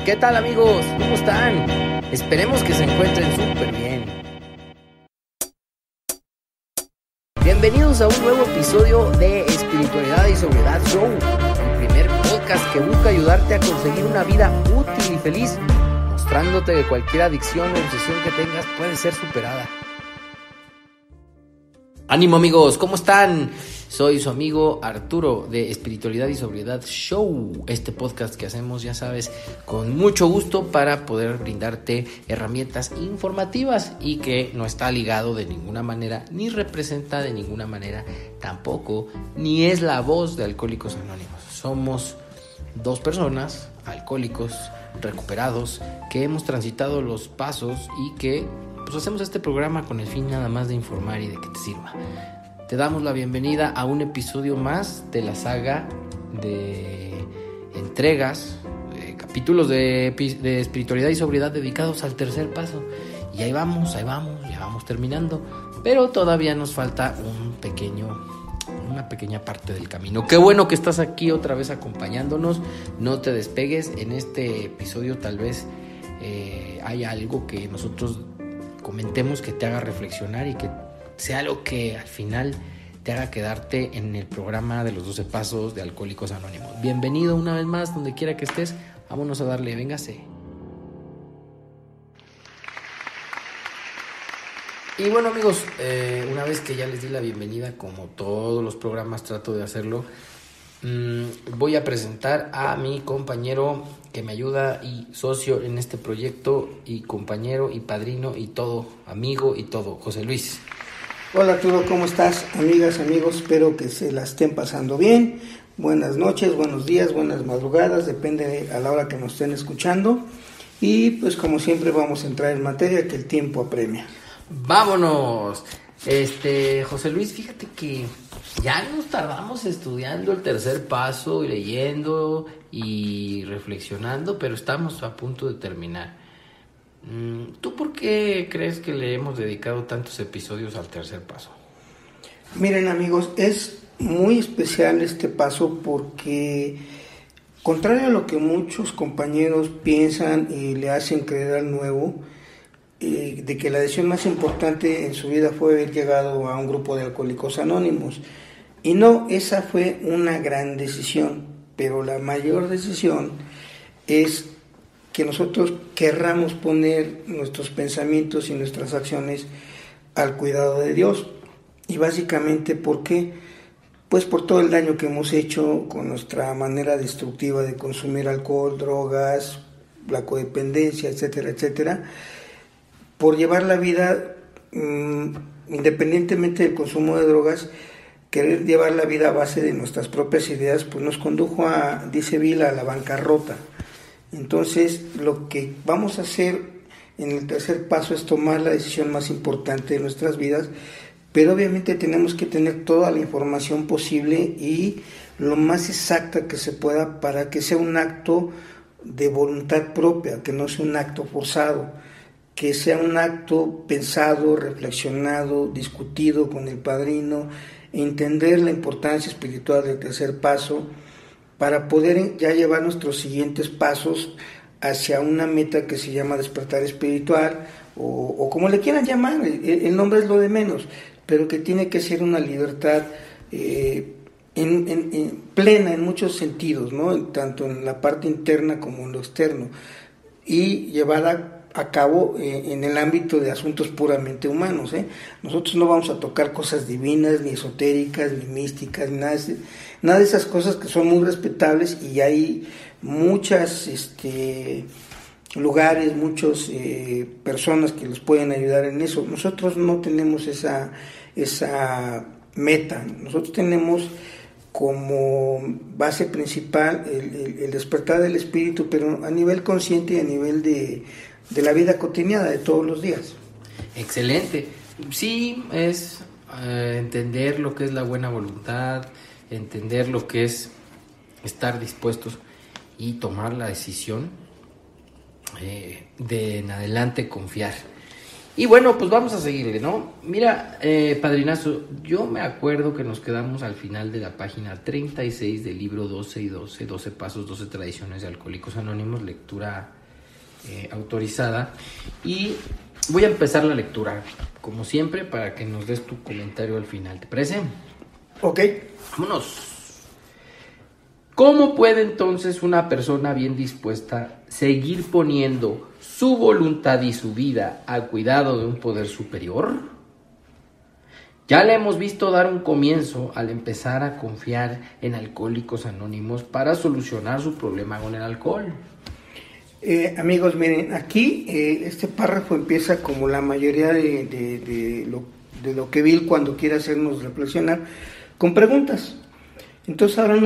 ¿Qué tal, amigos? ¿Cómo están? Esperemos que se encuentren súper bien. Bienvenidos a un nuevo episodio de Espiritualidad y Sobriedad Show, el primer podcast que busca ayudarte a conseguir una vida útil y feliz, mostrándote que cualquier adicción o obsesión que tengas puede ser superada. ¡Ánimo, amigos! ¿Cómo están? Soy su amigo Arturo de Espiritualidad y Sobriedad Show, este podcast que hacemos, ya sabes, con mucho gusto para poder brindarte herramientas informativas y que no está ligado de ninguna manera, ni representa de ninguna manera tampoco, ni es la voz de Alcohólicos Anónimos. Somos dos personas, alcohólicos, recuperados, que hemos transitado los pasos y que pues hacemos este programa con el fin nada más de informar y de que te sirva. Te damos la bienvenida a un episodio más de la saga de entregas, capítulos de espiritualidad y sobriedad dedicados al tercer paso. Y ahí vamos, ya vamos terminando, pero todavía nos falta una pequeña parte del camino. Qué bueno que estás aquí otra vez acompañándonos, no te despegues. En este episodio tal vez hay algo que nosotros comentemos que te haga reflexionar y que sea algo que al final te haga quedarte en el programa de los 12 pasos de Alcohólicos Anónimos. Bienvenido una vez más, donde quiera que estés. Vámonos a darle, véngase. Y bueno, amigos, una vez que ya les di la bienvenida, como todos los programas trato de hacerlo, voy a presentar a mi compañero que me ayuda y socio en este proyecto, y compañero y padrino y todo, amigo y todo, José Luis. Hola Arturo, ¿cómo estás? Amigas, amigos, espero que se la estén pasando bien. Buenas noches, buenos días, buenas madrugadas, depende a la hora que nos estén escuchando. Y pues como siempre vamos a entrar en materia que el tiempo apremia. ¡Vámonos! José Luis, fíjate que ya nos tardamos estudiando el tercer paso y leyendo y reflexionando, pero estamos a punto de terminar. ¿Tú por qué crees que le hemos dedicado tantos episodios al tercer paso? Miren, amigos, es muy especial este paso porque, contrario a lo que muchos compañeros piensan y le hacen creer al nuevo, de que la decisión más importante en su vida fue haber llegado a un grupo de Alcohólicos Anónimos. Y no, esa fue una gran decisión, pero la mayor decisión es que nosotros querramos poner nuestros pensamientos y nuestras acciones al cuidado de Dios. Y básicamente, ¿por qué? Pues por todo el daño que hemos hecho con nuestra manera destructiva de consumir alcohol, drogas, la codependencia, etcétera, etcétera. Por llevar la vida, independientemente del consumo de drogas, querer llevar la vida a base de nuestras propias ideas, pues nos condujo dice Bill, a la bancarrota. Entonces, lo que vamos a hacer en el tercer paso es tomar la decisión más importante de nuestras vidas, pero obviamente tenemos que tener toda la información posible y lo más exacta que se pueda para que sea un acto de voluntad propia, que no sea un acto forzado, que sea un acto pensado, reflexionado, discutido con el padrino, entender la importancia espiritual del tercer paso, para poder ya llevar nuestros siguientes pasos hacia una meta que se llama despertar espiritual, o como le quieran llamar, el nombre es lo de menos, pero que tiene que ser una libertad plena en muchos sentidos, ¿no? Tanto en la parte interna como en lo externo, y llevada a cabo en el ámbito de asuntos puramente humanos. Nosotros no vamos a tocar cosas divinas, ni esotéricas, ni místicas, ni nada de esas cosas que son muy respetables, y hay muchas lugares, muchas personas que los pueden ayudar en eso. Nosotros no tenemos esa meta. Nosotros tenemos como base principal el despertar del espíritu, pero a nivel consciente y a nivel de la vida cotidiana de todos los días. Excelente. Sí, es entender lo que es la buena voluntad, entender lo que es estar dispuestos y tomar la decisión de en adelante confiar. Y bueno, pues vamos a seguirle, ¿no? Mira, padrinazo, yo me acuerdo que nos quedamos al final de la página 36 del libro 12 y 12, 12 pasos, 12 tradiciones de Alcohólicos Anónimos, lectura autorizada. Y voy a empezar la lectura, como siempre, para que nos des tu comentario al final, ¿te parece? Ok. Vámonos. ¿Cómo puede entonces una persona bien dispuesta seguir poniendo su voluntad y su vida al cuidado de un poder superior? Ya le hemos visto dar un comienzo al empezar a confiar en Alcohólicos Anónimos para solucionar su problema con el alcohol. Amigos, miren, aquí este párrafo empieza como la mayoría de lo que Bill cuando quiere hacernos reflexionar, con preguntas. Entonces ahora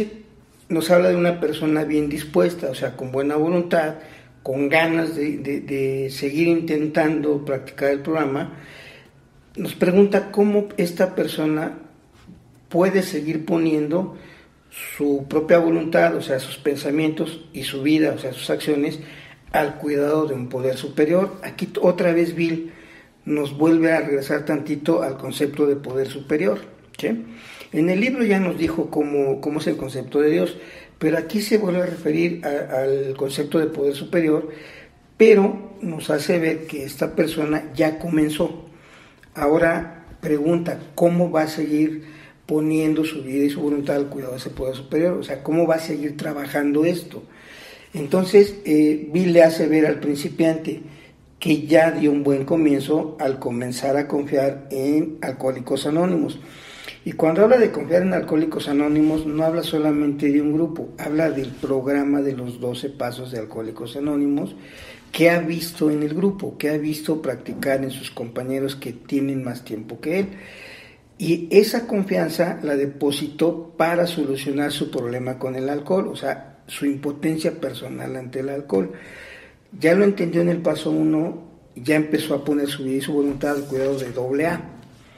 nos habla de una persona bien dispuesta, o sea, con buena voluntad, con ganas de seguir intentando practicar el programa. Nos pregunta cómo esta persona puede seguir poniendo su propia voluntad, o sea, sus pensamientos y su vida, o sea, sus acciones, al cuidado de un poder superior. Aquí otra vez Bill nos vuelve a regresar tantito al concepto de poder superior, ¿sí? En el libro ya nos dijo cómo es el concepto de Dios, pero aquí se vuelve a referir al concepto de poder superior, pero nos hace ver que esta persona ya comenzó. Ahora pregunta cómo va a seguir poniendo su vida y su voluntad al cuidado de ese poder superior, o sea, cómo va a seguir trabajando esto. Entonces, Bill le hace ver al principiante que ya dio un buen comienzo al comenzar a confiar en Alcohólicos Anónimos. Y cuando habla de confiar en Alcohólicos Anónimos, no habla solamente de un grupo, habla del programa de los 12 pasos de Alcohólicos Anónimos que ha visto en el grupo, que ha visto practicar en sus compañeros que tienen más tiempo que él. Y esa confianza la depositó para solucionar su problema con el alcohol, o sea, su impotencia personal ante el alcohol. Ya lo entendió en el paso 1, ya empezó a poner su vida y su voluntad al cuidado de AA.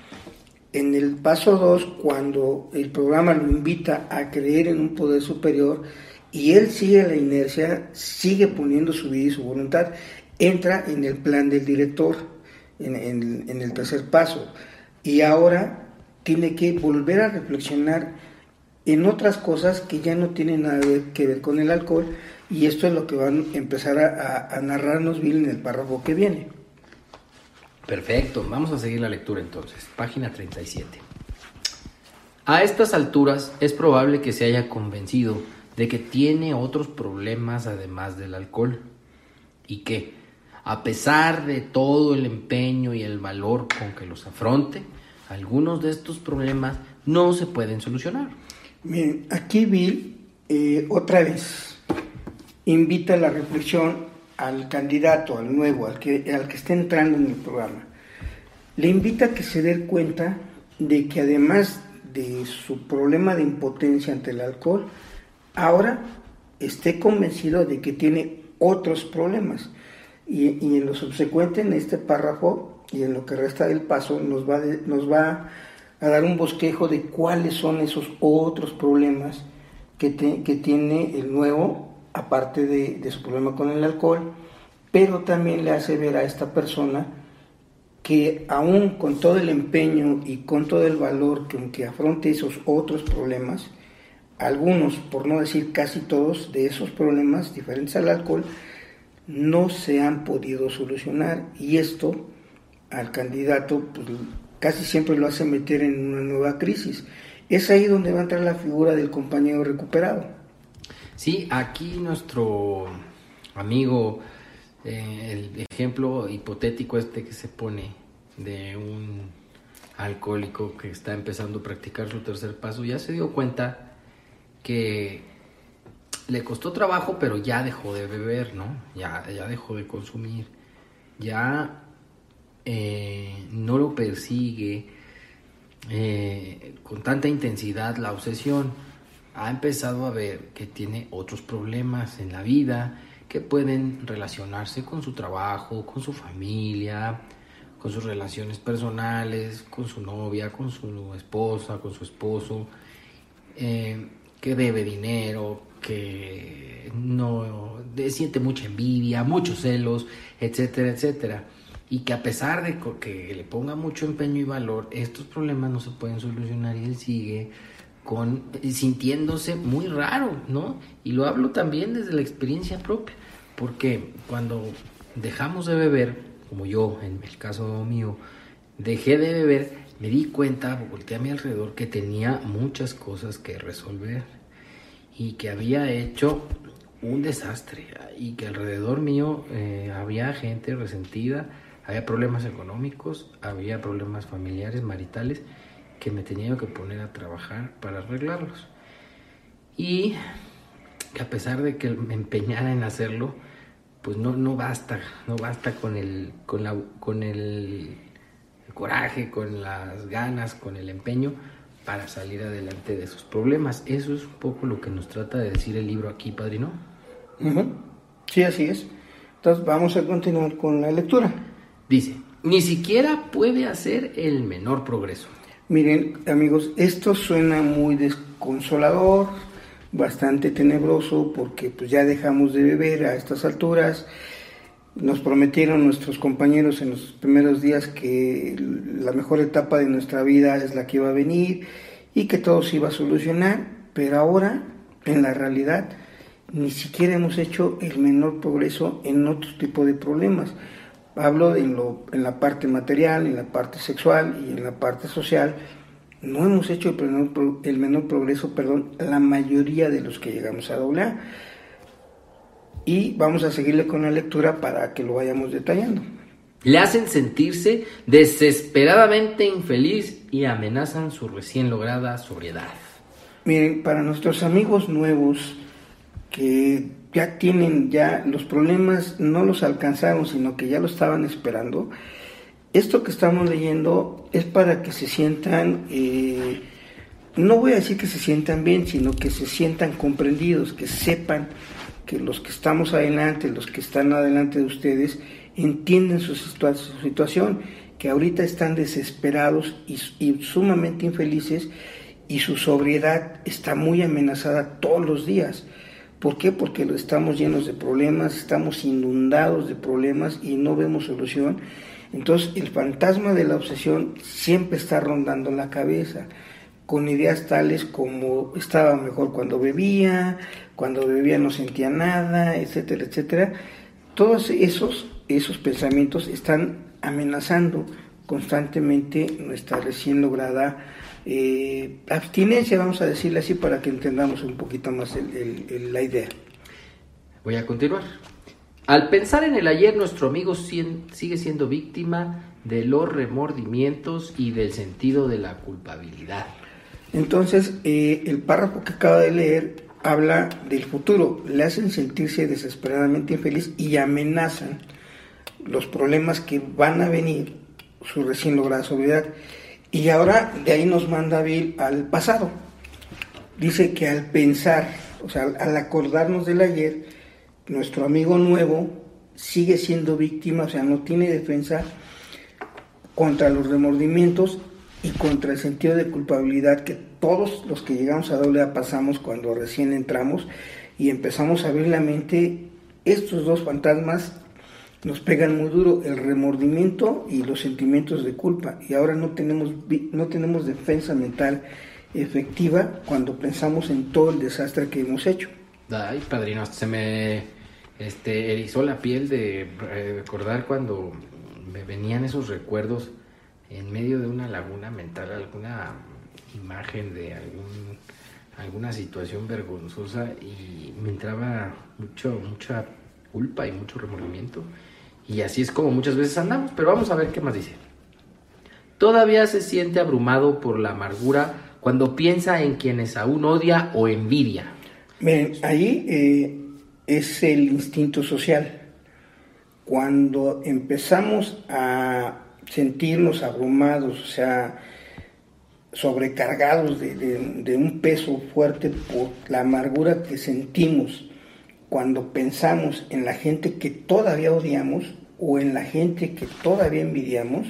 En el paso 2, cuando el programa lo invita a creer en un poder superior y él sigue la inercia, sigue poniendo su vida y su voluntad, entra en el plan del director, en el tercer paso, y ahora tiene que volver a reflexionar en otras cosas que ya no tienen nada que ver con el alcohol, y esto es lo que van a empezar a narrarnos Bill en el párrafo que viene. Perfecto, vamos a seguir la lectura entonces, página 37. A estas alturas es probable que se haya convencido de que tiene otros problemas además del alcohol y que, a pesar de todo el empeño y el valor con que los afronte, algunos de estos problemas no se pueden solucionar. Miren, aquí Bill otra vez invita a la reflexión al candidato, al nuevo, al que está entrando en el programa. Le invita a que se dé cuenta de que además de su problema de impotencia ante el alcohol, ahora esté convencido de que tiene otros problemas. Y en lo subsecuente, en este párrafo y en lo que resta del paso, nos va a dar un bosquejo de cuáles son esos otros problemas que tiene el nuevo, aparte de su problema con el alcohol, pero también le hace ver a esta persona que aún con todo el empeño y con todo el valor que afronte esos otros problemas, algunos, por no decir casi todos, de esos problemas diferentes al alcohol, no se han podido solucionar, y esto al candidato pues, casi siempre lo hace meter en una nueva crisis. Es ahí donde va a entrar la figura del compañero recuperado. Sí, aquí nuestro amigo, el ejemplo hipotético que se pone de un alcohólico que está empezando a practicar su tercer paso, ya se dio cuenta que le costó trabajo, pero ya dejó de beber, ¿no? Ya dejó de consumir, ya no lo persigue con tanta intensidad la obsesión. Ha empezado a ver que tiene otros problemas en la vida que pueden relacionarse con su trabajo, con su familia, con sus relaciones personales, con su novia, con su esposa, con su esposo, que debe dinero, que no siente mucha envidia, muchos celos, etcétera, etcétera. y que a pesar de que le ponga mucho empeño y valor, estos problemas no se pueden solucionar y él sigue sintiéndose muy raro, ¿no? Y lo hablo también desde la experiencia propia, porque cuando dejamos de beber, como yo, en el caso mío, dejé de beber, me di cuenta, volteé a mi alrededor, que tenía muchas cosas que resolver y que había hecho un desastre y que alrededor mío había gente resentida, había problemas económicos, había problemas familiares, maritales, que me tenía que poner a trabajar para arreglarlos. Y que a pesar de que me empeñara en hacerlo, pues no basta con el coraje, con las ganas, con el empeño para salir adelante de esos problemas. Eso es un poco lo que nos trata de decir el libro aquí, padrino. Uh-huh. Sí, así es. Entonces vamos a continuar con la lectura. Dice, ni siquiera puede hacer el menor progreso. Miren, amigos, esto suena muy desconsolador, bastante tenebroso, porque pues ya dejamos de beber a estas alturas. Nos prometieron nuestros compañeros en los primeros días que la mejor etapa de nuestra vida es la que iba a venir y que todo se iba a solucionar, pero ahora, en la realidad, ni siquiera hemos hecho el menor progreso en otro tipo de problemas. Hablo en la parte material, en la parte sexual y en la parte social. No hemos hecho el menor progreso, la mayoría de los que llegamos a AA. Y vamos a seguirle con la lectura para que lo vayamos detallando. Le hacen sentirse desesperadamente infeliz y amenazan su recién lograda sobriedad. Miren, para nuestros amigos nuevos que ya los problemas no los alcanzaron, sino que ya lo estaban esperando, esto que estamos leyendo es para que se sientan, no voy a decir que se sientan bien, sino que se sientan comprendidos, que sepan que los que estamos adelante, los que están adelante de ustedes, entienden su situación, que ahorita están desesperados y sumamente infelices, y su sobriedad está muy amenazada todos los días. ¿Por qué? Porque estamos llenos de problemas, estamos inundados de problemas y no vemos solución. Entonces el fantasma de la obsesión siempre está rondando la cabeza, con ideas tales como estaba mejor cuando bebía no sentía nada, etcétera, etcétera. Todos esos pensamientos están amenazando constantemente nuestra recién lograda abstinencia, vamos a decirle así, para que entendamos un poquito más la idea. Voy a continuar. Al pensar en el ayer, nuestro amigo sigue siendo víctima de los remordimientos y del sentido de la culpabilidad. Entonces, el párrafo que acaba de leer habla del futuro. Le hacen sentirse desesperadamente infeliz y amenazan los problemas que van a venir, su recién lograda sobriedad. Y ahora de ahí nos manda Bill al pasado. Dice que al pensar, o sea, al acordarnos del ayer, nuestro amigo nuevo sigue siendo víctima, o sea, no tiene defensa contra los remordimientos y contra el sentido de culpabilidad que todos los que llegamos a AA pasamos cuando recién entramos y empezamos a abrir la mente. Estos dos fantasmas nos pegan muy duro, el remordimiento y los sentimientos de culpa, y ahora no tenemos defensa mental efectiva cuando pensamos en todo el desastre que hemos hecho. Ay, padrino, se me erizó la piel de recordar cuando me venían esos recuerdos en medio de una laguna mental, alguna imagen de alguna situación vergonzosa, y me entraba mucha culpa y mucho remordimiento, y así es como muchas veces andamos. Pero vamos a ver qué más dice. Todavía se siente abrumado por la amargura cuando piensa en quienes aún odia o envidia. Miren, ahí es el instinto social. Cuando empezamos a sentirnos abrumados, o sea, sobrecargados de un peso fuerte por la amargura que sentimos cuando pensamos en la gente que todavía odiamos o en la gente que todavía envidiamos,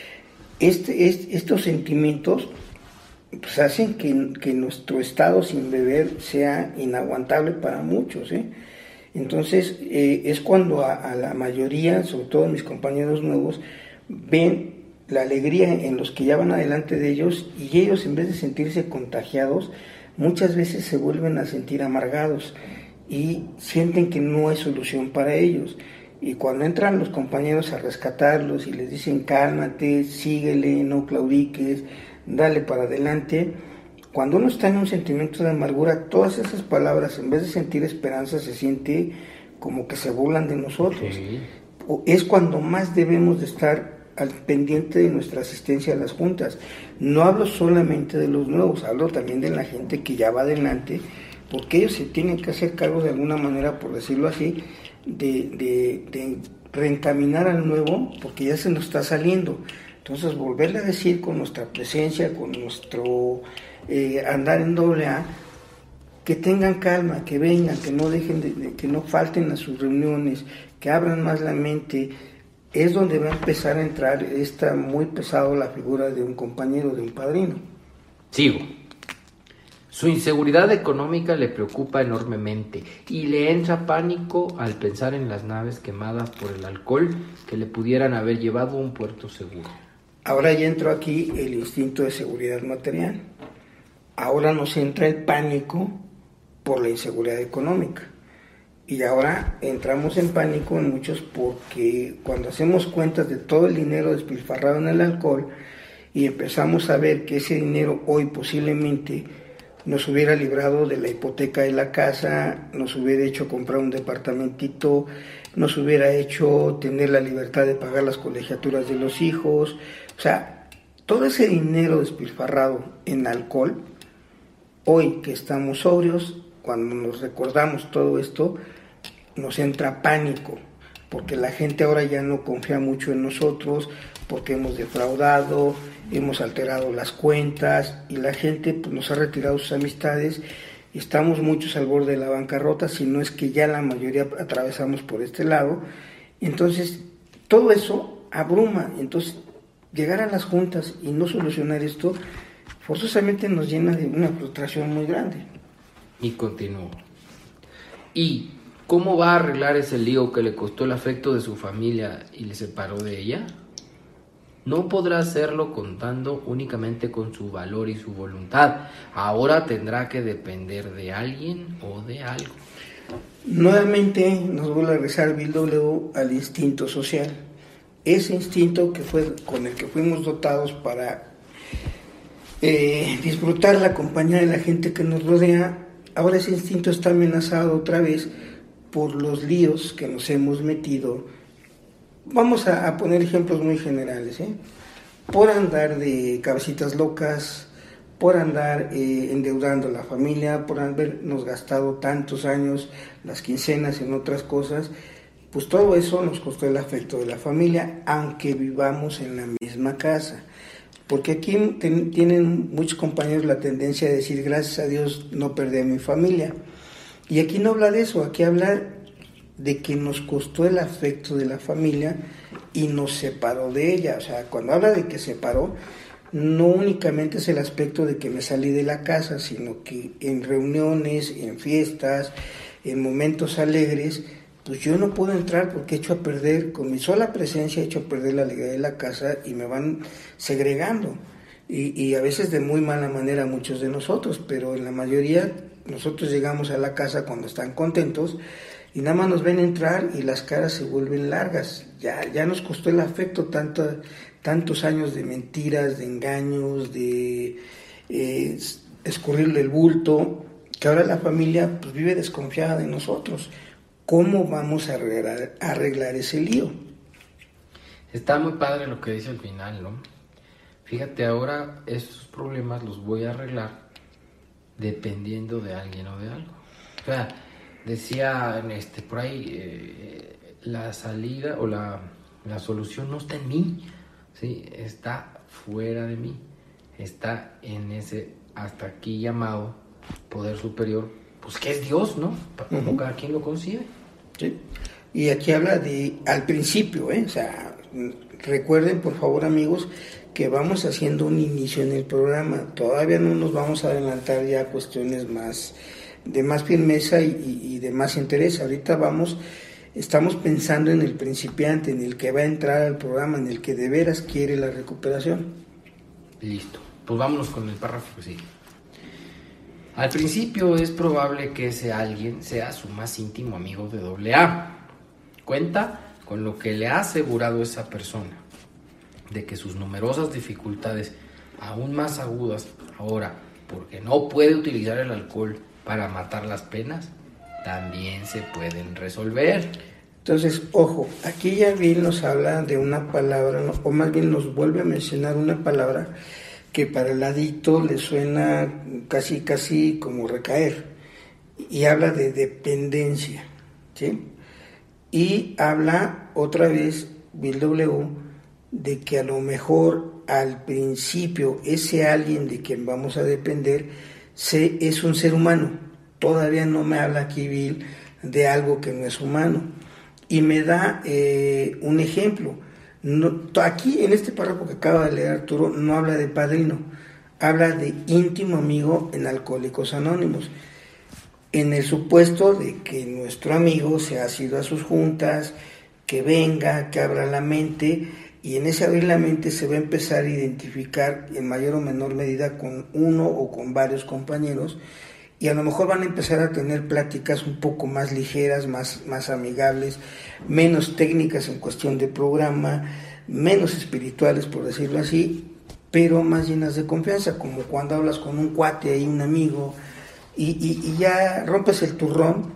estos sentimientos pues hacen que nuestro estado sin beber sea inaguantable para muchos, Entonces es cuando a la mayoría, sobre todo mis compañeros nuevos, ven la alegría en los que ya van adelante de ellos, y ellos, en vez de sentirse contagiados, muchas veces se vuelven a sentir amargados y sienten que no hay solución para ellos. Y cuando entran los compañeros a rescatarlos y les dicen cálmate, síguele, no claudiques, dale para adelante, cuando uno está en un sentimiento de amargura, todas esas palabras, en vez de sentir esperanza, se siente como que se burlan de nosotros. Sí. Es cuando más debemos de estar al pendiente de nuestra asistencia a las juntas. No hablo solamente de los nuevos, hablo también de la gente que ya va adelante, porque ellos se tienen que hacer cargo de alguna manera, por decirlo así, de reencaminar al nuevo, porque ya se nos está saliendo. Entonces, volverle a decir con nuestra presencia, con nuestro andar en AA, que tengan calma, que vengan, que no dejen que no falten a sus reuniones, que abran más la mente. Es donde va a empezar a entrar, está muy pesado la figura de un compañero, de un padrino. Sigo. Su inseguridad económica le preocupa enormemente y le entra pánico al pensar en las naves quemadas por el alcohol que le pudieran haber llevado a un puerto seguro. Ahora ya entró aquí el instinto de seguridad material. Ahora nos entra el pánico por la inseguridad económica. Y ahora entramos en pánico en muchos, porque cuando hacemos cuentas de todo el dinero despilfarrado en el alcohol y empezamos a ver que ese dinero hoy posiblemente nos hubiera librado de la hipoteca de la casa, nos hubiera hecho comprar un departamentito, nos hubiera hecho tener la libertad de pagar las colegiaturas de los hijos, o sea, todo ese dinero despilfarrado en alcohol, hoy que estamos sobrios, cuando nos recordamos todo esto, nos entra pánico, porque la gente ahora ya no confía mucho en nosotros, porque hemos defraudado, hemos alterado las cuentas, y la gente pues, nos ha retirado sus amistades, y estamos muchos al borde de la bancarrota, si no es que ya la mayoría atravesamos por este lado. Entonces, todo eso abruma. Entonces, llegar a las juntas y no solucionar esto, forzosamente nos llena de una frustración muy grande. Y continúo. ¿Y cómo va a arreglar ese lío que le costó el afecto de su familia y le separó de ella? No podrá hacerlo contando únicamente con su valor y su voluntad. Ahora tendrá que depender de alguien o de algo. Nuevamente nos vuelve a regresar Bill W. al instinto social. Ese instinto que fue con el que fuimos dotados para disfrutar la compañía de la gente que nos rodea, ahora ese instinto está amenazado otra vez por los líos que nos hemos metido. Vamos a poner ejemplos muy generales, por andar de cabecitas locas, por andar endeudando a la familia, por habernos gastado tantos años las quincenas en otras cosas, pues todo eso nos costó el afecto de la familia, aunque vivamos en la misma casa. Porque aquí tienen muchos compañeros la tendencia de decir, gracias a Dios no perdí a mi familia. Y aquí no habla de eso, aquí habla de que nos costó el afecto de la familia y nos separó de ella. O sea, cuando habla de que separó, no únicamente es el aspecto de que me salí de la casa, sino que en reuniones, en fiestas, en momentos alegres, pues yo no puedo entrar porque he hecho a perder, con mi sola presencia he hecho a perder la alegría de la casa y me van segregando. Y a veces de muy mala manera muchos de nosotros, pero en la mayoría nosotros llegamos a la casa cuando están contentos y nada más nos ven entrar y las caras se vuelven largas. Ya nos costó el afecto tantos años de mentiras, de engaños, de escurrirle el bulto, que ahora la familia pues vive desconfiada de nosotros. ¿Cómo vamos a arreglar ese lío? Está muy padre lo que dice al final, ¿no? Fíjate, ahora estos problemas los voy a arreglar dependiendo de alguien o de algo. O sea, decía por ahí, la salida o la solución no está en mí, ¿sí? Está fuera de mí, está en ese hasta aquí llamado poder superior, pues que es Dios, ¿no? Como cada quien lo concibe. Sí. Y aquí habla de al principio, o sea, recuerden por favor amigos que vamos haciendo un inicio en el programa, todavía no nos vamos a adelantar ya a cuestiones más de más firmeza y de más interés. Ahorita estamos pensando en el principiante, en el que va a entrar al programa, en el que de veras quiere la recuperación. Listo, pues vámonos con el párrafo que sigue. Al principio es probable que ese alguien sea su más íntimo amigo de AA. Cuenta con lo que le ha asegurado esa persona, de que sus numerosas dificultades, aún más agudas ahora, porque no puede utilizar el alcohol para matar las penas, también se pueden resolver. Entonces, ojo, aquí ya Bill nos habla de una palabra, ¿no? O más bien nos vuelve a mencionar una palabra que para el adicto le suena casi como recaer, y habla de dependencia, ¿sí? Y habla otra vez Bill W. de que a lo mejor al principio ese alguien de quien vamos a depender es un ser humano. Todavía no me habla aquí Bill de algo que no es humano. Y me da un ejemplo. Aquí en este párrafo que acaba de leer Arturo no habla de padrino, habla de íntimo amigo en Alcohólicos Anónimos, en el supuesto de que nuestro amigo se ha ido a sus juntas, que venga, que abra la mente, y en ese abrir la mente se va a empezar a identificar en mayor o menor medida con uno o con varios compañeros, y a lo mejor van a empezar a tener pláticas un poco más ligeras, más amigables, menos técnicas en cuestión de programa, menos espirituales, por decirlo así, pero más llenas de confianza, como cuando hablas con un cuate y un amigo, y ya rompes el turrón,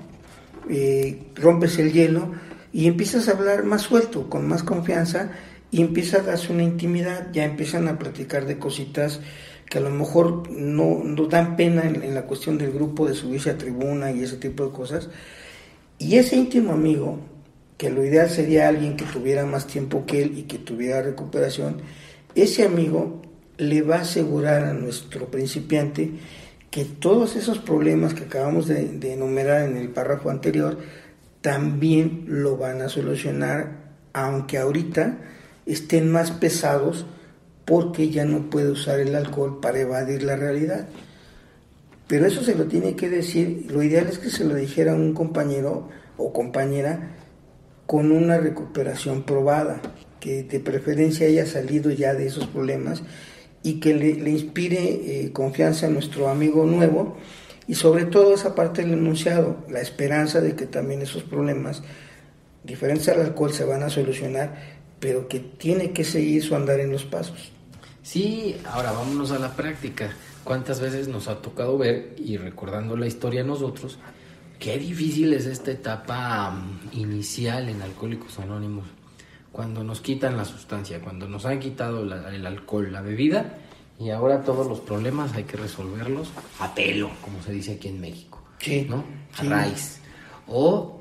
rompes el hielo, y empiezas a hablar más suelto, con más confianza, y empieza a darse una intimidad, ya empiezan a platicar de cositas que a lo mejor no dan pena en la cuestión del grupo, de subirse a tribuna y ese tipo de cosas. Y ese íntimo amigo, que lo ideal sería alguien que tuviera más tiempo que él y que tuviera recuperación, ese amigo le va a asegurar a nuestro principiante que todos esos problemas que acabamos de enumerar en el párrafo anterior también lo van a solucionar, aunque ahorita estén más pesados, porque ya no puede usar el alcohol para evadir la realidad. Pero eso se lo tiene que decir, lo ideal es que se lo dijera a un compañero o compañera con una recuperación probada, que de preferencia haya salido ya de esos problemas y que le inspire confianza a nuestro amigo nuevo, y sobre todo esa parte del enunciado, la esperanza de que también esos problemas, diferentes al alcohol, se van a solucionar, pero que tiene que seguir su andar en los pasos. Sí, ahora vámonos a la práctica. ¿Cuántas veces nos ha tocado ver, y recordando la historia nosotros, qué difícil es esta etapa inicial en Alcohólicos Anónimos? Cuando nos quitan la sustancia, cuando nos han quitado el alcohol, la bebida, y ahora todos los problemas hay que resolverlos a pelo, como se dice aquí en México, sí, ¿no? A sí. raíz. O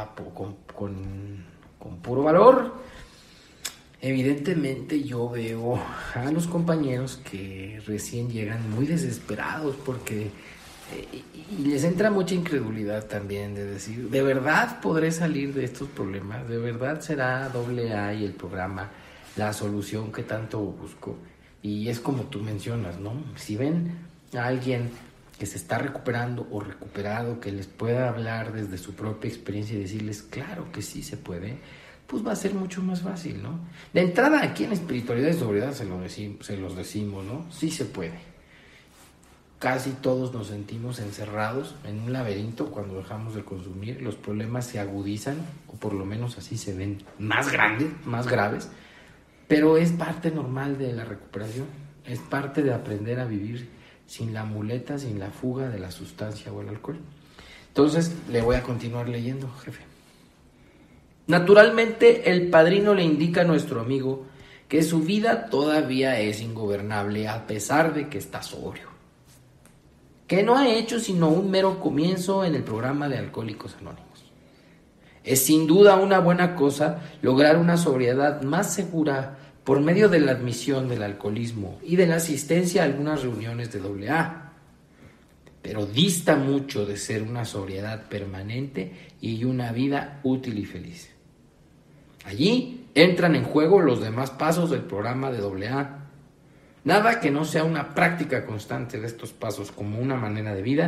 con puro valor. Evidentemente yo veo a los compañeros que recién llegan muy desesperados porque y les entra mucha incredulidad también de decir, ¿de verdad podré salir de estos problemas? ¿De verdad será AA y el programa la solución que tanto busco? Y es como tú mencionas, ¿no? Si ven a alguien que se está recuperando o recuperado, que les pueda hablar desde su propia experiencia y decirles, claro que sí se puede, pues va a ser mucho más fácil, ¿no? De entrada, aquí en Espiritualidad y Sobriedad se los decimos, ¿no? Sí se puede. Casi todos nos sentimos encerrados en un laberinto cuando dejamos de consumir. Los problemas se agudizan, o por lo menos así se ven más grandes, más graves, pero es parte normal de la recuperación. Es parte de aprender a vivir sin la muleta, sin la fuga de la sustancia o el alcohol. Entonces, le voy a continuar leyendo, jefe. Naturalmente, el padrino le indica a nuestro amigo que su vida todavía es ingobernable a pesar de que está sobrio, que no ha hecho sino un mero comienzo en el programa de Alcohólicos Anónimos. Es sin duda una buena cosa lograr una sobriedad más segura por medio de la admisión del alcoholismo y de la asistencia a algunas reuniones de AA, pero dista mucho de ser una sobriedad permanente y una vida útil y feliz. Allí entran en juego los demás pasos del programa de AA. Nada que no sea una práctica constante de estos pasos como una manera de vida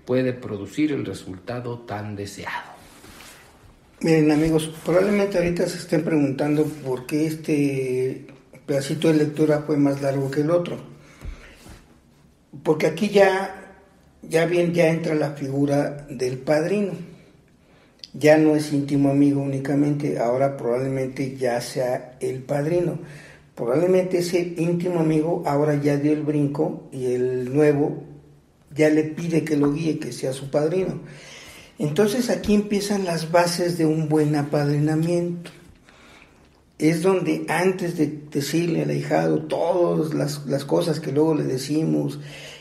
puede producir el resultado tan deseado. Miren, amigos, probablemente ahorita se estén preguntando por qué este pedacito de lectura fue más largo que el otro. Porque aquí ya entra la figura del padrino. Ya no es íntimo amigo únicamente, ahora probablemente ya sea el padrino. Probablemente ese íntimo amigo ahora ya dio el brinco y el nuevo ya le pide que lo guíe, que sea su padrino. Entonces aquí empiezan las bases de un buen apadrinamiento. Es donde antes de decirle al ahijado todas las cosas que luego le decimos,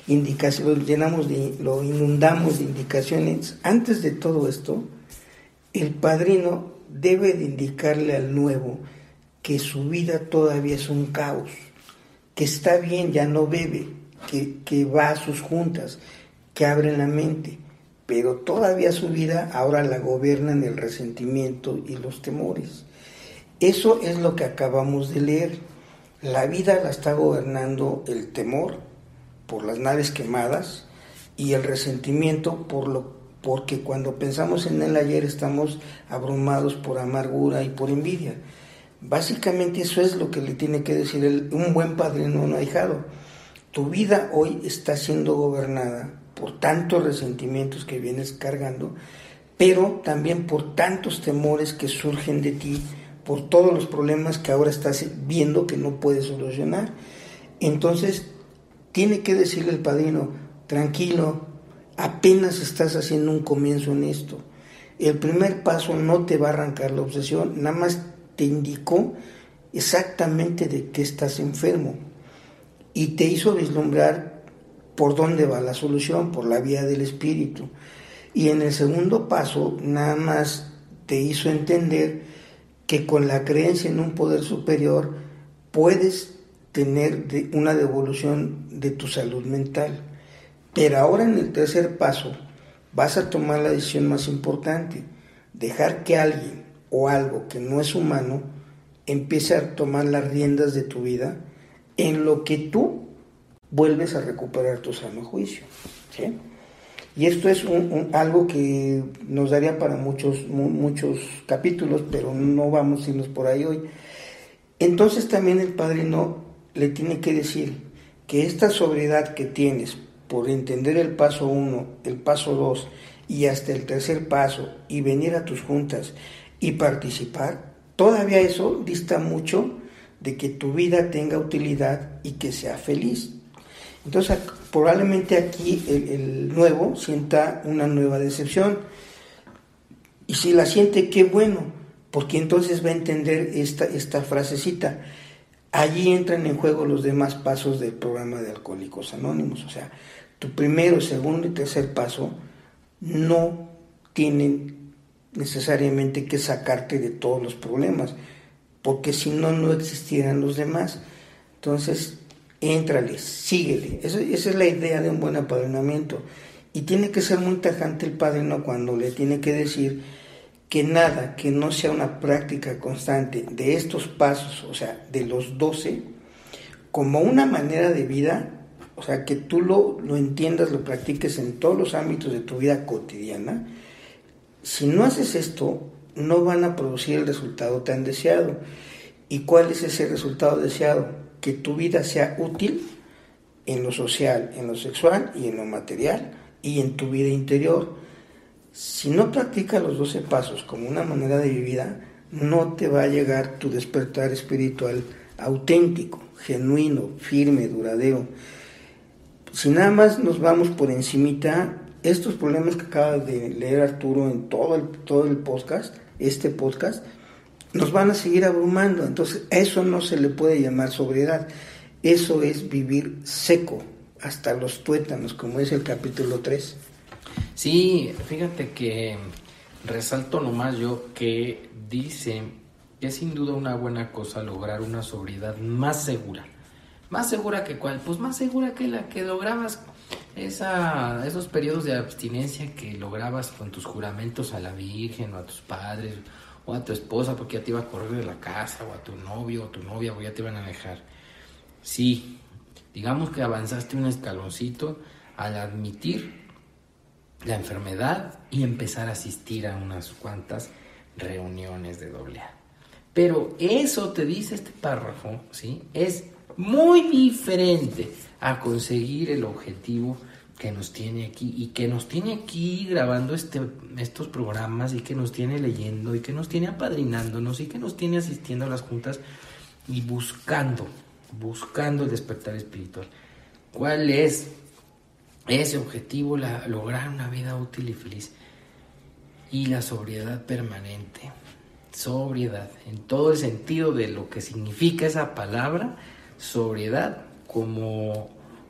lo inundamos de indicaciones, antes de todo esto, el padrino debe de indicarle al nuevo que su vida todavía es un caos, que está bien, ya no bebe, que va a sus juntas, que abre la mente, pero todavía su vida ahora la gobiernan el resentimiento y los temores. Eso es lo que acabamos de leer. La vida la está gobernando el temor por las naves quemadas y el resentimiento porque cuando pensamos en el ayer estamos abrumados por amargura y por envidia. Básicamente eso es lo que le tiene que decir un buen padrino a un ahijado. Tu vida hoy está siendo gobernada por tantos resentimientos que vienes cargando, pero también por tantos temores que surgen de ti, por todos los problemas que ahora estás viendo que no puedes solucionar. Entonces, tiene que decirle el padrino, tranquilo, apenas estás haciendo un comienzo en esto. El primer paso no te va a arrancar la obsesión, nada más te indicó exactamente de qué estás enfermo y te hizo vislumbrar por dónde va la solución, por la vía del espíritu. Y en el segundo paso, nada más te hizo entender que con la creencia en un poder superior puedes tener una devolución de tu salud mental. Pero ahora en el tercer paso vas a tomar la decisión más importante, dejar que alguien o algo que no es humano empiece a tomar las riendas de tu vida en lo que tú vuelves a recuperar tu sano juicio, ¿sí? Y esto es algo que nos daría para muchos capítulos, pero no vamos a irnos por ahí hoy. Entonces también el padrino le tiene que decir que esta sobriedad que tienes por entender el paso 1, el paso 2 y hasta el tercer paso y venir a tus juntas y participar, todavía eso dista mucho de que tu vida tenga utilidad y que sea feliz. Entonces probablemente aquí el nuevo sienta una nueva decepción, y si la siente, qué bueno, porque entonces va a entender esta frasecita. Allí entran en juego los demás pasos del programa de Alcohólicos Anónimos. O sea, tu primero, segundo y tercer paso no tienen necesariamente que sacarte de todos los problemas, porque si no, no existieran los demás. Entonces, éntrale, síguele. Esa es la idea de un buen apadrinamiento. Y tiene que ser muy tajante el padrino cuando le tiene que decir que nada que no sea una práctica constante de estos pasos, o sea, de los 12, como una manera de vida, o sea, que tú lo entiendas, lo practiques en todos los ámbitos de tu vida cotidiana. Si no haces esto, no van a producir el resultado tan deseado. ¿Y cuál es ese resultado deseado? Que tu vida sea útil en lo social, en lo sexual y en lo material y en tu vida interior. Si no practicas los 12 pasos como una manera de vida, no te va a llegar tu despertar espiritual auténtico, genuino, firme, duradero. Si nada más nos vamos por encimita, estos problemas que acaba de leer Arturo en todo el podcast, este podcast, nos van a seguir abrumando. Entonces a eso no se le puede llamar sobriedad, eso es vivir seco hasta los tuétanos, como es el capítulo 3. Sí, fíjate que resalto nomás yo que dice que es sin duda una buena cosa lograr una sobriedad más segura. ¿Más segura que cuál? Pues más segura que la que lograbas esos periodos de abstinencia que lograbas con tus juramentos a la Virgen o a tus padres o a tu esposa porque ya te iba a correr de la casa, o a tu novio o tu novia porque ya te iban a dejar. Sí, digamos que avanzaste un escaloncito al admitir la enfermedad y empezar a asistir a unas cuantas reuniones de AA. Pero eso te dice este párrafo, ¿sí? Es muy diferente a conseguir el objetivo que nos tiene aquí y que nos tiene aquí grabando estos programas y que nos tiene leyendo y que nos tiene apadrinándonos y que nos tiene asistiendo a las juntas y buscando el despertar espiritual. ¿Cuál es ese objetivo? Lograr una vida útil y feliz y la sobriedad permanente. Sobriedad, en todo el sentido de lo que significa esa palabra, sobriedad, como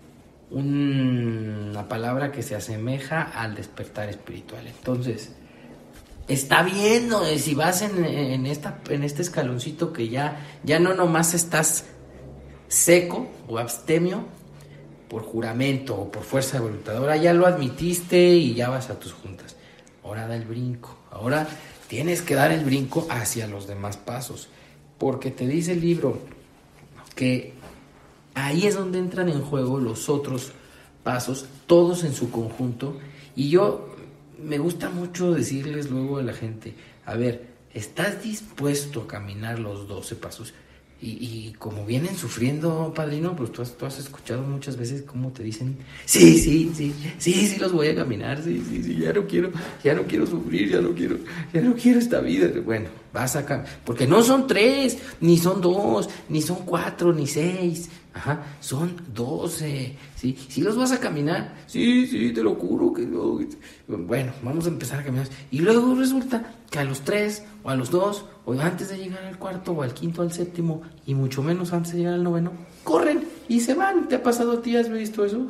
una palabra que se asemeja al despertar espiritual. Entonces, está bien, ¿no? Si vas en este escaloncito que ya no nomás estás seco o abstemio por juramento o por fuerza de voluntad, ahora ya lo admitiste y ya vas a tus juntas. Ahora da el brinco, ahora tienes que dar el brinco hacia los demás pasos, porque te dice el libro que ahí es donde entran en juego los otros pasos, todos en su conjunto. Y yo me gusta mucho decirles luego a la gente, a ver, ¿estás dispuesto a caminar los 12 pasos? Y como vienen sufriendo, padrino, pues tú has escuchado muchas veces cómo te dicen, sí, los voy a caminar, sí, ya no quiero sufrir, ya no quiero esta vida. Bueno, vas acá, porque no son 3, ni son 2, ni son 4, ni 6, son 12, ¿sí? ¿Sí los vas a caminar? Sí, te lo juro que no. Bueno, vamos a empezar a caminar. Y luego resulta que a los 3, o a los 2, o antes de llegar al cuarto, o al quinto, al séptimo, y mucho menos antes de llegar al noveno, corren y se van. ¿Te ha pasado a ti? ¿Has visto eso?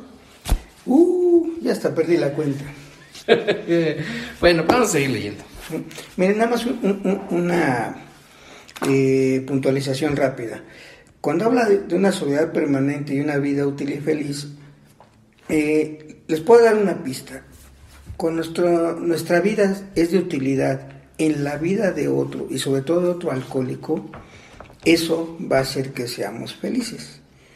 Ya hasta perdí la cuenta. Bueno, vamos a seguir leyendo. Miren, nada más una puntualización rápida. Cuando habla de una sobriedad permanente y una vida útil y feliz, les puedo dar una pista. Cuando nuestra vida es de utilidad en la vida de otro, y sobre todo de otro alcohólico, eso va a hacer que seamos felices.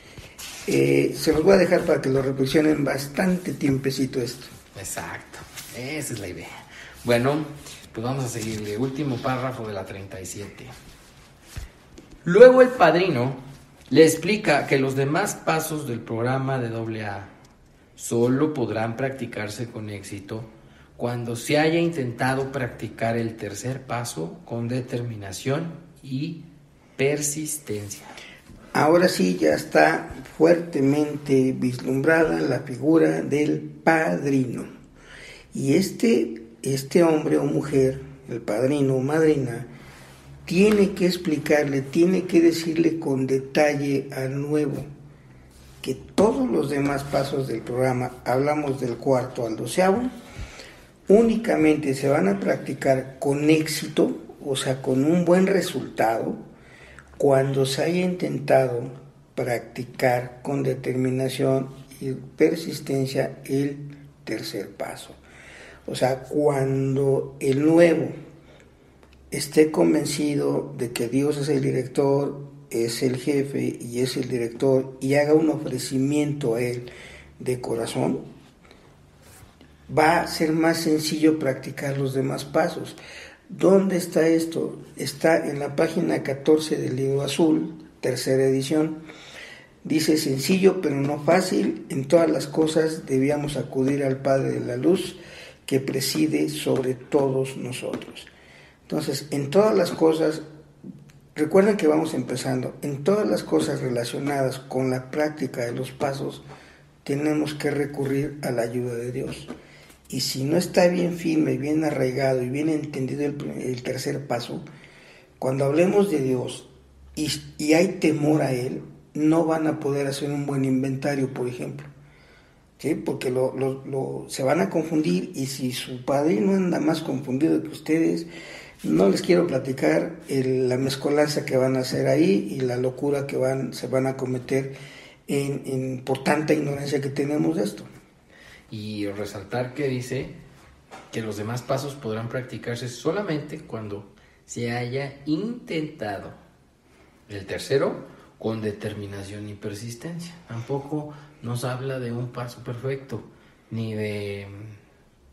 Se los voy a dejar para que lo reflexionen bastante tiempecito esto. Exacto, esa es la idea. Bueno, pues vamos a seguirle. Último párrafo de la 37. Luego el padrino le explica que los demás pasos del programa de AA solo podrán practicarse con éxito cuando se haya intentado practicar el tercer paso con determinación y persistencia. Ahora sí ya está fuertemente vislumbrada la figura del padrino. Y este hombre o mujer, el padrino o madrina, tiene que explicarle, tiene que decirle con detalle al nuevo que todos los demás pasos del programa, hablamos del 4 al 12º, únicamente se van a practicar con éxito, o sea, con un buen resultado, cuando se haya intentado practicar con determinación y persistencia el tercer paso. O sea, cuando el nuevo esté convencido de que Dios es el director, es el jefe y es el director, y haga un ofrecimiento a él de corazón, va a ser más sencillo practicar los demás pasos. ¿Dónde está esto? Está en la página 14 del libro azul, tercera edición. Dice: sencillo pero no fácil, en todas las cosas debíamos acudir al Padre de la Luz, que preside sobre todos nosotros. Entonces, en todas las cosas, recuerden que vamos empezando, en todas las cosas relacionadas con la práctica de los pasos, tenemos que recurrir a la ayuda de Dios. Y si no está bien firme, bien arraigado y bien entendido el tercer paso, cuando hablemos de Dios y hay temor a Él, no van a poder hacer un buen inventario, por ejemplo, ¿sí? Porque se van a confundir, y si su padrino anda más confundido que ustedes, no les quiero platicar la mezcolanza que van a hacer ahí y la locura que se van a cometer por tanta ignorancia que tenemos de esto. Y resaltar que dice que los demás pasos podrán practicarse solamente cuando se haya intentado el tercero con determinación y persistencia. Tampoco nos habla de un paso perfecto, ni de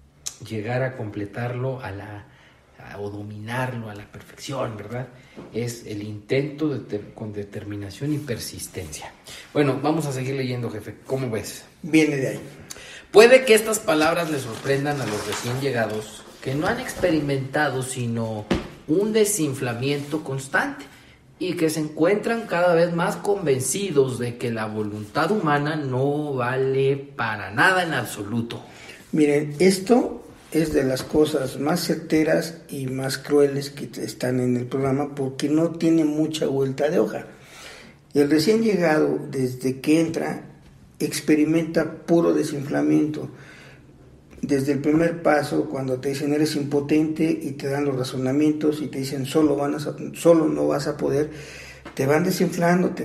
llegar a completarlo o dominarlo a la perfección, ¿verdad? Es el intento con determinación y persistencia. Bueno, vamos a seguir leyendo, jefe. ¿Cómo ves? Viene de ahí. Puede que estas palabras le sorprendan a los recién llegados que no han experimentado sino un desinflamiento constante y que se encuentran cada vez más convencidos de que la voluntad humana no vale para nada en absoluto. Miren, esto es de las cosas más certeras y más crueles que están en el programa porque no tiene mucha vuelta de hoja. Y el recién llegado, desde que entra, experimenta puro desinflamiento. Desde el primer paso, cuando te dicen eres impotente y te dan los razonamientos y te dicen solo no vas a poder, te van desinflando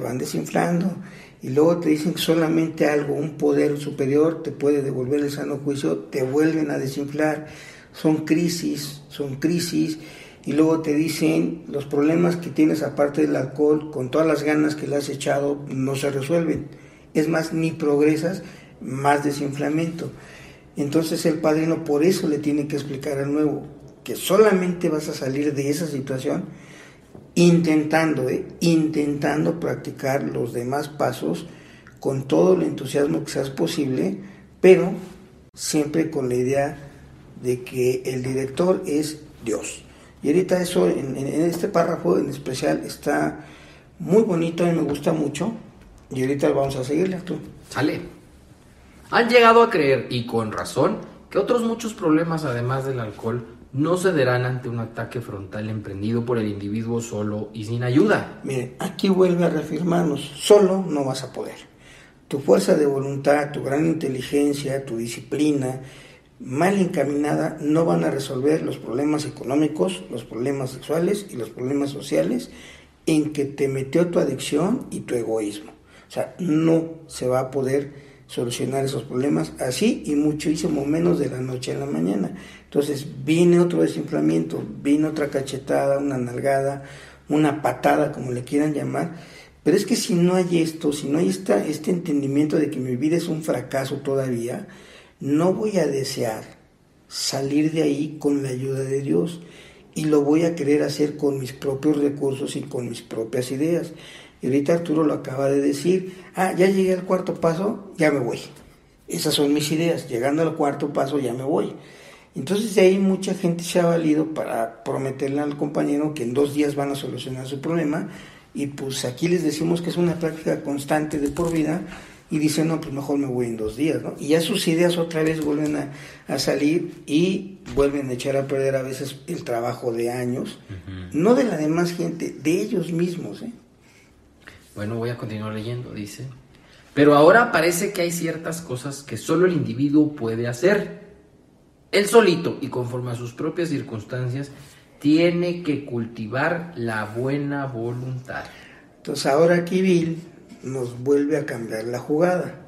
y luego te dicen que solamente algo, un poder superior te puede devolver el sano juicio, te vuelven a desinflar, son crisis y luego te dicen los problemas que tienes aparte del alcohol, con todas las ganas que le has echado, no se resuelven, es más, ni progresas, más desinflamiento. Entonces el padrino por eso le tiene que explicar al nuevo que solamente vas a salir de esa situación intentando practicar los demás pasos con todo el entusiasmo que seas posible, pero siempre con la idea de que el director es Dios. Y ahorita eso en este párrafo en especial está muy bonito, a mí me gusta mucho, y ahorita vamos a seguirle, Arturo. Sale. Han llegado a creer, y con razón, que otros muchos problemas además del alcohol no cederán ante un ataque frontal emprendido por el individuo solo y sin ayuda. Miren, aquí vuelve a reafirmarnos, solo no vas a poder. Tu fuerza de voluntad, tu gran inteligencia, tu disciplina, mal encaminada, no van a resolver los problemas económicos, los problemas sexuales y los problemas sociales en que te metió tu adicción y tu egoísmo. O sea, no se va a poder solucionar esos problemas así y muchísimo menos de la noche a la mañana. Entonces viene otro desinflamiento, viene otra cachetada, una nalgada, una patada, como le quieran llamar, pero es que si no hay esto, si no hay este entendimiento de que mi vida es un fracaso todavía, no voy a desear salir de ahí con la ayuda de Dios y lo voy a querer hacer con mis propios recursos y con mis propias ideas. Y ahorita Arturo lo acaba de decir, ya llegué al cuarto paso, ya me voy. Esas son mis ideas, llegando al cuarto paso ya me voy. Entonces de ahí mucha gente se ha valido para prometerle al compañero que en 2 días van a solucionar su problema y pues aquí les decimos que es una práctica constante de por vida y dicen, no, pues mejor me voy en 2 días, ¿no? Y ya sus ideas otra vez vuelven a salir y vuelven a echar a perder a veces el trabajo de años, no de la demás gente, de ellos mismos, ¿eh? Bueno, voy a continuar leyendo, dice. Pero ahora parece que hay ciertas cosas que solo el individuo puede hacer. Él solito y conforme a sus propias circunstancias tiene que cultivar la buena voluntad. Entonces ahora aquí Bill nos vuelve a cambiar la jugada.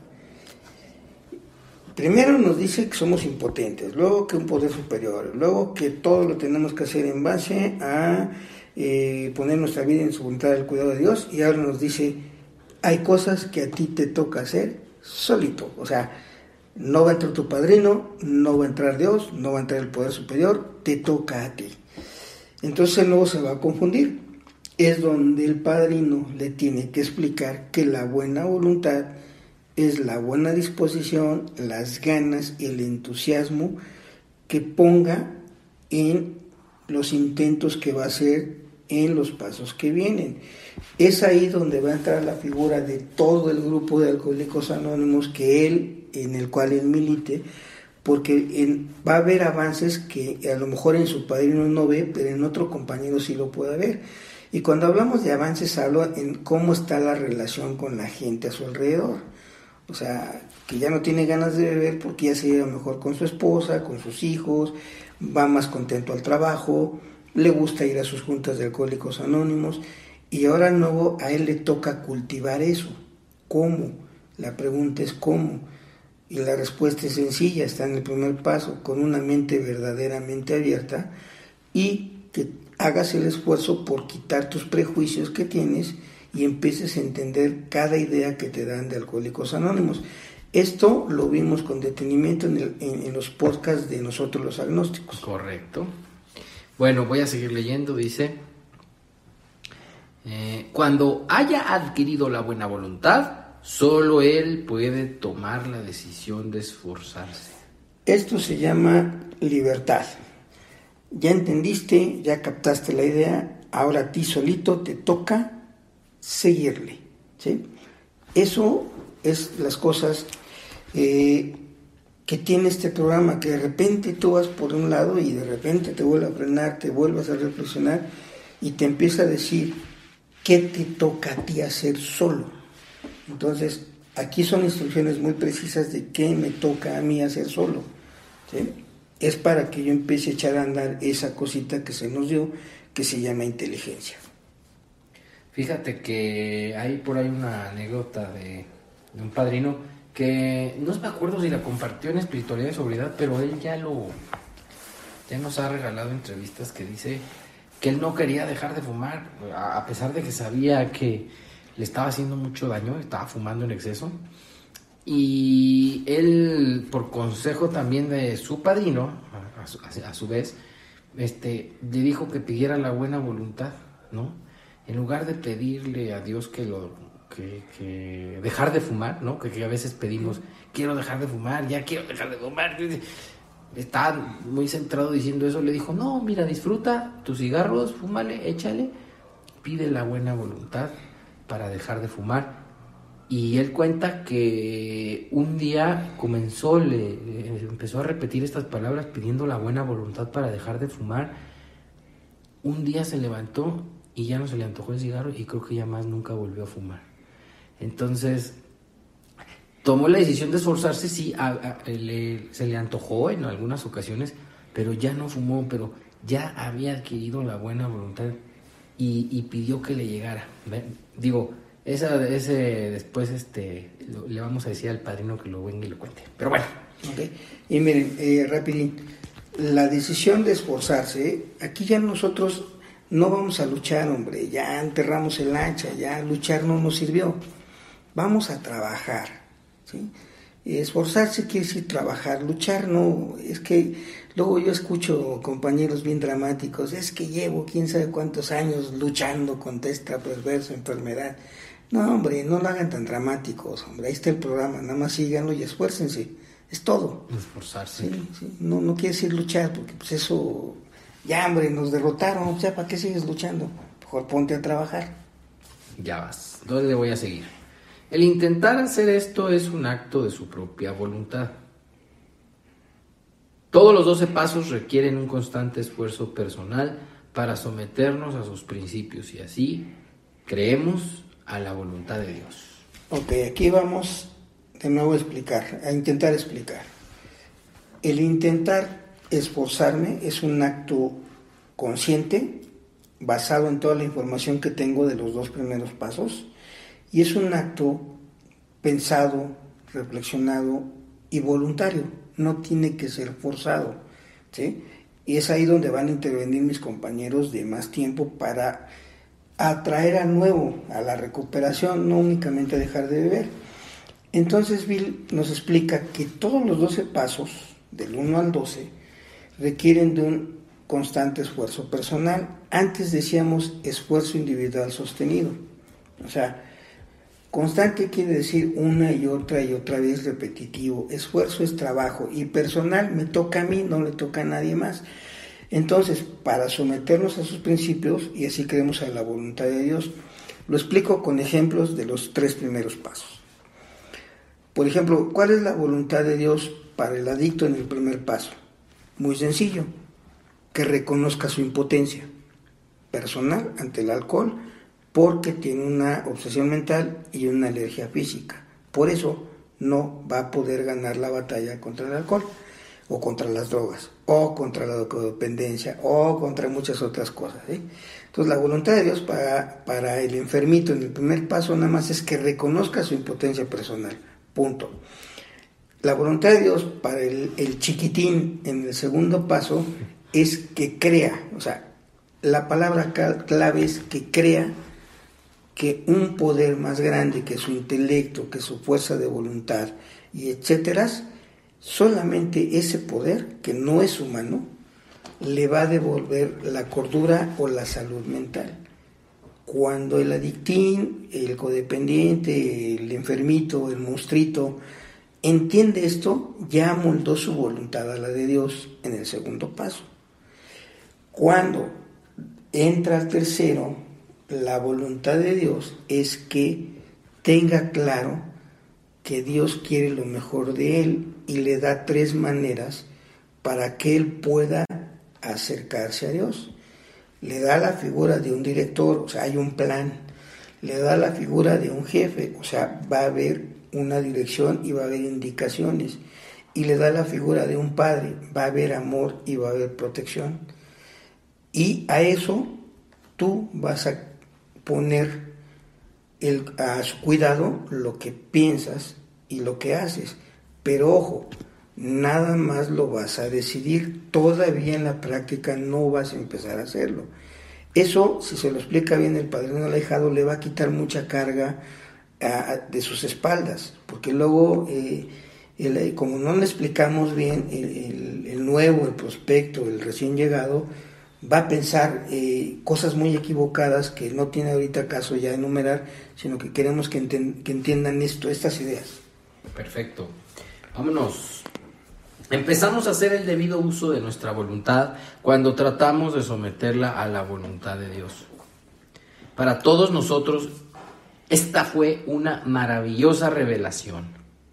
Primero nos dice que somos impotentes, luego que un poder superior, luego que todo lo tenemos que hacer en base a poner nuestra vida en su voluntad del cuidado de Dios, y ahora nos dice hay cosas que a ti te toca hacer solito, o sea, no va a entrar tu padrino, no va a entrar Dios, no va a entrar el poder superior, te toca a ti. Entonces el nuevo se va a confundir, es donde el padrino le tiene que explicar que la buena voluntad es la buena disposición, las ganas y el entusiasmo que ponga en los intentos que va a hacer en los pasos que vienen. Es ahí donde va a entrar la figura de todo el grupo de Alcohólicos Anónimos en el cual él milite, porque va a haber avances que a lo mejor en su padrino no ve, pero en otro compañero sí lo puede ver. Y cuando hablamos de avances hablo en cómo está la relación con la gente a su alrededor. O sea, que ya no tiene ganas de beber porque ya se lleva mejor con su esposa, con sus hijos, va más contento al trabajo, le gusta ir a sus juntas de Alcohólicos Anónimos, y ahora nuevo a él le toca cultivar eso. ¿Cómo? La pregunta es ¿cómo? Y la respuesta es sencilla, está en el primer paso, con una mente verdaderamente abierta y que hagas el esfuerzo por quitar tus prejuicios que tienes y empieces a entender cada idea que te dan de Alcohólicos Anónimos. Esto lo vimos con detenimiento en los podcasts de nosotros los agnósticos. Correcto. Bueno, voy a seguir leyendo, dice, cuando haya adquirido la buena voluntad, solo él puede tomar la decisión de esforzarse. Esto se llama libertad. Ya entendiste, ya captaste la idea, ahora a ti solito te toca seguirle, ¿sí? Eso es las cosas que tiene este programa, que de repente tú vas por un lado y de repente te vuelve a frenar, te vuelves a reflexionar y te empieza a decir qué te toca a ti hacer solo. Entonces, aquí son instrucciones muy precisas de qué me toca a mí hacer solo, ¿sí? Es para que yo empiece a echar a andar esa cosita que se nos dio, que se llama inteligencia. Fíjate que hay por ahí una anécdota de un padrino que no me acuerdo si la compartió en Espiritualidad y Sobriedad, pero él ya nos ha regalado entrevistas que dice que él no quería dejar de fumar, a pesar de que sabía que le estaba haciendo mucho daño, estaba fumando en exceso. Y él, por consejo también de su padrino, a su vez, le dijo que pidiera la buena voluntad, ¿no? En lugar de pedirle a Dios que dejar de fumar, ¿no? Que a veces pedimos, quiero dejar de fumar, ya quiero dejar de fumar. Está muy centrado diciendo eso. Le dijo, no, mira, disfruta tus cigarros, fúmale, échale, pide la buena voluntad para dejar de fumar. Y él cuenta que un día empezó a repetir estas palabras pidiendo la buena voluntad para dejar de fumar. Un día se levantó y ya no se le antojó el cigarro y creo que ya más nunca volvió a fumar. Entonces, tomó la decisión de esforzarse, sí, se le antojó en algunas ocasiones, pero ya no fumó, pero ya había adquirido la buena voluntad y pidió que le llegara. Digo, ese después le vamos a decir al padrino que lo venga y lo cuente. Pero bueno. Okay. Y miren, rapidín, la decisión de esforzarse, aquí ya nosotros no vamos a luchar, hombre, ya enterramos el hacha, ya luchar no nos sirvió. Vamos a trabajar, ¿sí? Esforzarse quiere decir trabajar, luchar no, es que luego yo escucho compañeros bien dramáticos, es que llevo quién sabe cuántos años luchando contra esta perversa enfermedad. No, hombre, no lo hagan tan dramáticos, hombre, ahí está el programa, nada más síganlo y esfuércense, es todo. Esforzarse. Sí, sí. No quiere decir luchar, porque pues eso, ya hombre, nos derrotaron, o sea, ¿para qué sigues luchando? Mejor ponte a trabajar. Ya vas, ¿dónde le voy a seguir? El intentar hacer esto es un acto de su propia voluntad. Todos los 12 pasos requieren un constante esfuerzo personal para someternos a sus principios y así creemos a la voluntad de Dios. Ok, aquí vamos de nuevo a intentar explicar. El intentar esforzarme es un acto consciente, basado en toda la información que tengo de los 2 primeros pasos, y es un acto pensado, reflexionado y voluntario, no tiene que ser forzado, ¿sí? Y es ahí donde van a intervenir mis compañeros de más tiempo para atraer al nuevo, a la recuperación, no únicamente dejar de beber. Entonces Bill nos explica que todos los 12 pasos, del 1 al 12, requieren de un constante esfuerzo personal. Antes decíamos esfuerzo individual sostenido. O sea, constante quiere decir una y otra vez repetitivo. Esfuerzo es trabajo y personal me toca a mí, no le toca a nadie más. Entonces, para someternos a sus principios y así creemos a la voluntad de Dios, lo explico con ejemplos de los 3 primeros pasos. Por ejemplo, ¿cuál es la voluntad de Dios para el adicto en el primer paso? Muy sencillo, que reconozca su impotencia personal ante el alcohol porque tiene una obsesión mental y una alergia física. Por eso no va a poder ganar la batalla contra el alcohol o contra las drogas o contra la codependencia o contra muchas otras cosas, ¿sí? Entonces la voluntad de Dios para el enfermito en el primer paso nada más es que reconozca su impotencia personal. Punto. La voluntad de Dios para el chiquitín en el segundo paso es que crea, o sea, la palabra clave es que crea que un poder más grande que su intelecto, que su fuerza de voluntad y etcétera, solamente ese poder, que no es humano, le va a devolver la cordura o la salud mental. Cuando el adictín, el codependiente, el enfermito, el monstruito, entiende esto, ya amoldó su voluntad a la de Dios en el segundo paso. Cuando entra al tercero, la voluntad de Dios es que tenga claro que Dios quiere lo mejor de él y le da 3 maneras para que él pueda acercarse a Dios. Le da la figura de un director, o sea, hay un plan. Le da la figura de un jefe, o sea, va a haber una dirección y va a haber indicaciones. Y le da la figura de un padre, va a haber amor y va a haber protección. Y a eso tú vas a poner a su cuidado lo que piensas y lo que haces. Pero ojo, nada más lo vas a decidir, todavía en la práctica no vas a empezar a hacerlo. Eso, si se lo explica bien el padrino al ahijado, le va a quitar mucha carga de sus espaldas, porque luego, como no le explicamos bien, el nuevo, el prospecto, el recién llegado, va a pensar cosas muy equivocadas que no tiene ahorita caso ya enumerar, sino que queremos que entiendan estas ideas. Perfecto. Vámonos. Empezamos a hacer el debido uso de nuestra voluntad cuando tratamos de someterla a la voluntad de Dios. Para todos nosotros, esta fue una maravillosa revelación.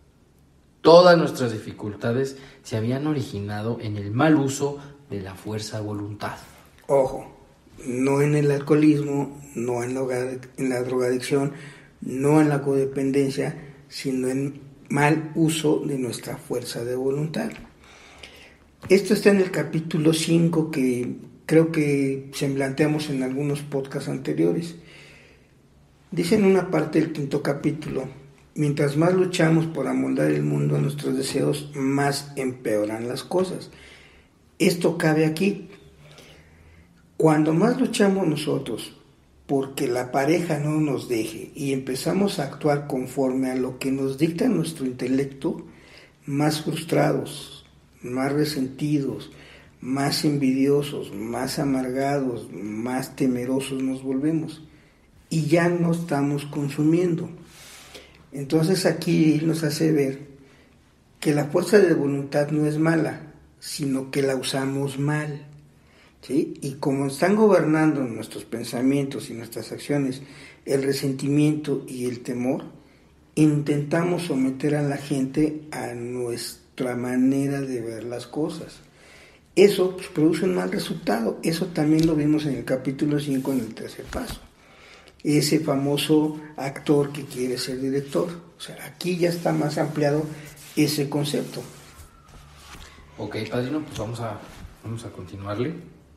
Todas nuestras dificultades se habían originado en el mal uso de la fuerza de voluntad. Ojo, no en el alcoholismo, no en la drogadicción, no en la codependencia, sino en mal uso de nuestra fuerza de voluntad. Esto está en el capítulo 5, que creo que semblanteamos en algunos podcasts anteriores. Dice en una parte del 5º capítulo: mientras más luchamos por amoldar el mundo a nuestros deseos, más empeoran las cosas. Esto cabe aquí. Cuando más luchamos nosotros porque la pareja no nos deje y empezamos a actuar conforme a lo que nos dicta nuestro intelecto, más frustrados, más resentidos, más envidiosos, más amargados, más temerosos nos volvemos y ya no estamos consumiendo. Entonces aquí nos hace ver que la fuerza de voluntad no es mala, sino que la usamos mal. ¿Sí? Y como están gobernando nuestros pensamientos y nuestras acciones el resentimiento y el temor, intentamos someter a la gente a nuestra manera de ver las cosas. Eso pues, produce un mal resultado. Eso también lo vimos en el capítulo 5, en el 3er paso. Ese famoso actor que quiere ser director. O sea, aquí ya está más ampliado ese concepto. Ok, padrino, pues vamos a continuarle.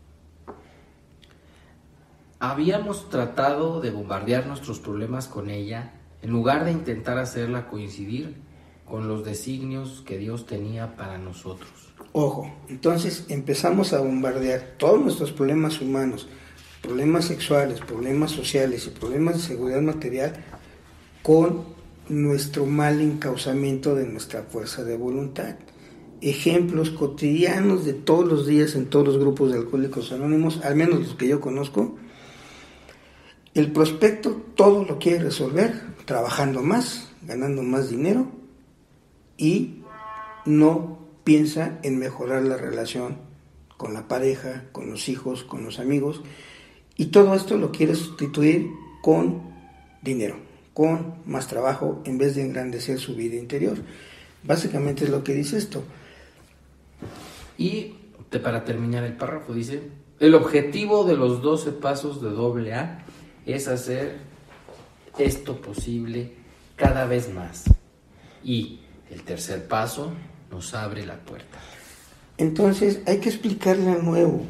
Habíamos tratado de bombardear nuestros problemas con ella en lugar de intentar hacerla coincidir con los designios que Dios tenía para nosotros. Ojo, entonces empezamos a bombardear todos nuestros problemas humanos, problemas sexuales, problemas sociales y problemas de seguridad material con nuestro mal encauzamiento de nuestra fuerza de voluntad. Ejemplos cotidianos de todos los días en todos los grupos de Alcohólicos Anónimos, al menos los que yo conozco. El prospecto todo lo quiere resolver trabajando más, ganando más dinero y no piensa en mejorar la relación con la pareja, con los hijos, con los amigos, y todo esto lo quiere sustituir con dinero, con más trabajo, en vez de engrandecer su vida interior. Básicamente es lo que dice esto. Y para terminar el párrafo dice: el objetivo de los 12 pasos de AA es hacer esto posible cada vez más. Y el tercer paso nos abre la puerta. Entonces hay que explicarle al nuevo.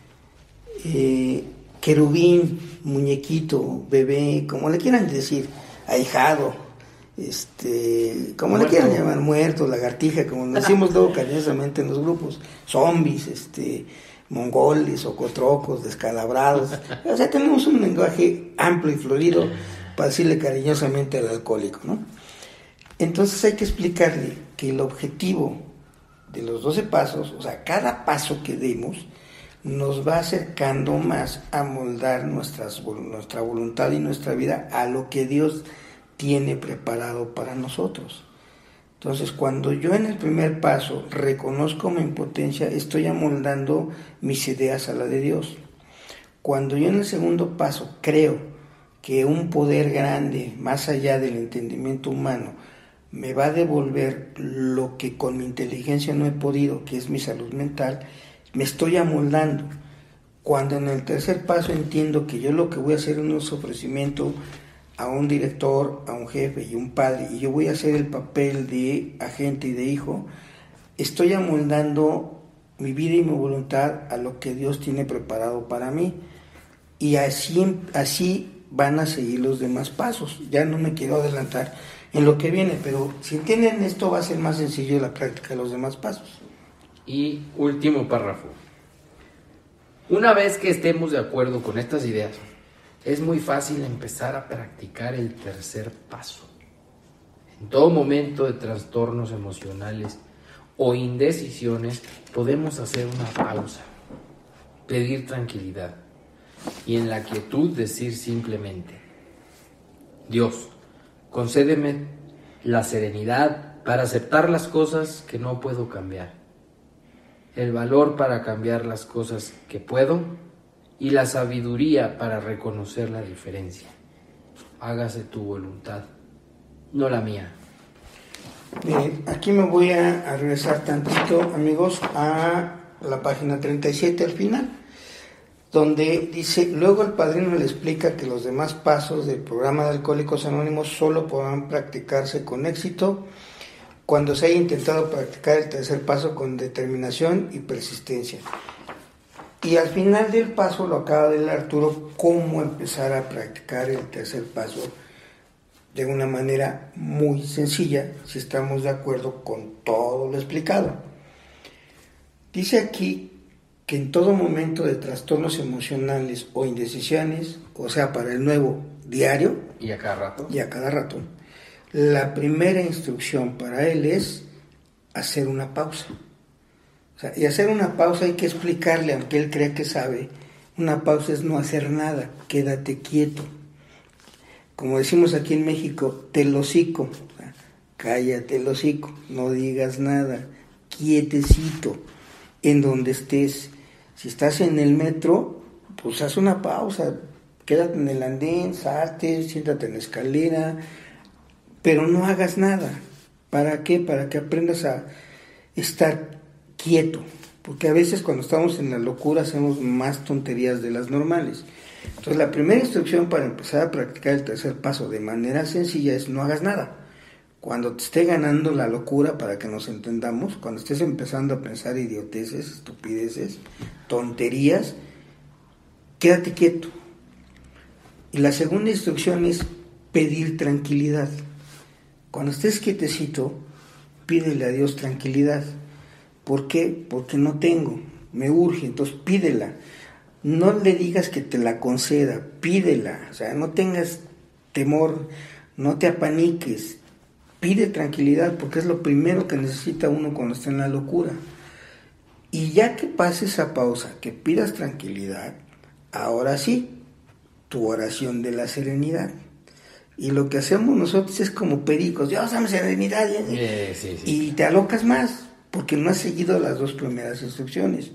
Querubín, muñequito, bebé, como le quieran decir, ahijado, como muerto. Le quieran llamar, muerto, lagartija, como nos decimos luego cariñosamente en los grupos, zombies, mongoles, socotrocos, descalabrados. O sea, tenemos un lenguaje amplio y florido para decirle cariñosamente al alcohólico, ¿no? Entonces hay que explicarle que el objetivo de los 12 pasos, o sea, cada paso que demos, nos va acercando más a moldar nuestra voluntad y nuestra vida a lo que Dios tiene preparado para nosotros. Entonces, cuando yo en el primer paso reconozco mi impotencia, estoy amoldando mis ideas a la de Dios. Cuando yo en el segundo paso creo que un poder grande, más allá del entendimiento humano, me va a devolver lo que con mi inteligencia no he podido, que es mi salud mental, me estoy amoldando. Cuando en el tercer paso entiendo que yo lo que voy a hacer es un ofrecimiento a un director, a un jefe y un padre, y yo voy a hacer el papel de agente y de hijo, estoy amoldando mi vida y mi voluntad a lo que Dios tiene preparado para mí. Y así van a seguir los demás pasos. Ya no me quiero adelantar en lo que viene, pero si entienden esto va a ser más sencillo la práctica de los demás pasos. Y último párrafo. Una vez que estemos de acuerdo con estas ideas, es muy fácil empezar a practicar el tercer paso. En todo momento de trastornos emocionales o indecisiones, podemos hacer una pausa, pedir tranquilidad y en la quietud decir simplemente: Dios, concédeme la serenidad para aceptar las cosas que no puedo cambiar, el valor para cambiar las cosas que puedo y la sabiduría para reconocer la diferencia. Hágase tu voluntad, no la mía. Bien, aquí me voy a regresar tantito, amigos, a la página 37 al final, donde dice: luego el padrino le explica que los demás pasos del programa de Alcohólicos Anónimos solo podrán practicarse con éxito cuando se haya intentado practicar el tercer paso con determinación y persistencia. Y al final del paso lo acaba de leer Arturo, cómo empezar a practicar el tercer paso de una manera muy sencilla, si estamos de acuerdo con todo lo explicado. Dice aquí que en todo momento de trastornos emocionales o indecisiones, o sea, para el nuevo diario, y a cada rato, la primera instrucción para él es hacer una pausa. O sea, y hacer una pausa hay que explicarle, aunque él crea que sabe, una pausa es no hacer nada, quédate quieto. Como decimos aquí en México, tel hocico, o sea, cállate el hocico, no digas nada, quietecito, en donde estés. Si estás en el metro, pues haz una pausa, quédate en el andén, salte, siéntate en la escalera, pero no hagas nada. ¿Para qué? Para que aprendas a estar quieto, porque a veces cuando estamos en la locura hacemos más tonterías de las normales. Entonces la primera instrucción para empezar a practicar el tercer paso de manera sencilla es: no hagas nada. Cuando te esté ganando la locura, para que nos entendamos, cuando estés empezando a pensar idioteces, estupideces, tonterías, quédate quieto. Y la segunda instrucción es pedir tranquilidad. Cuando estés quietecito, pídele a Dios tranquilidad. ¿Por qué? Porque no tengo, me urge, entonces pídela. No le digas que te la conceda, pídela. O sea, no tengas temor, no te apaniques. Pide tranquilidad, porque es lo primero que necesita uno cuando está en la locura. Y ya que pase esa pausa, que pidas tranquilidad, ahora sí, tu oración de la serenidad. Y lo que hacemos nosotros es como pericos: Dios, dame serenidad, Sí. Y te alocas más, porque no has seguido las dos primeras instrucciones.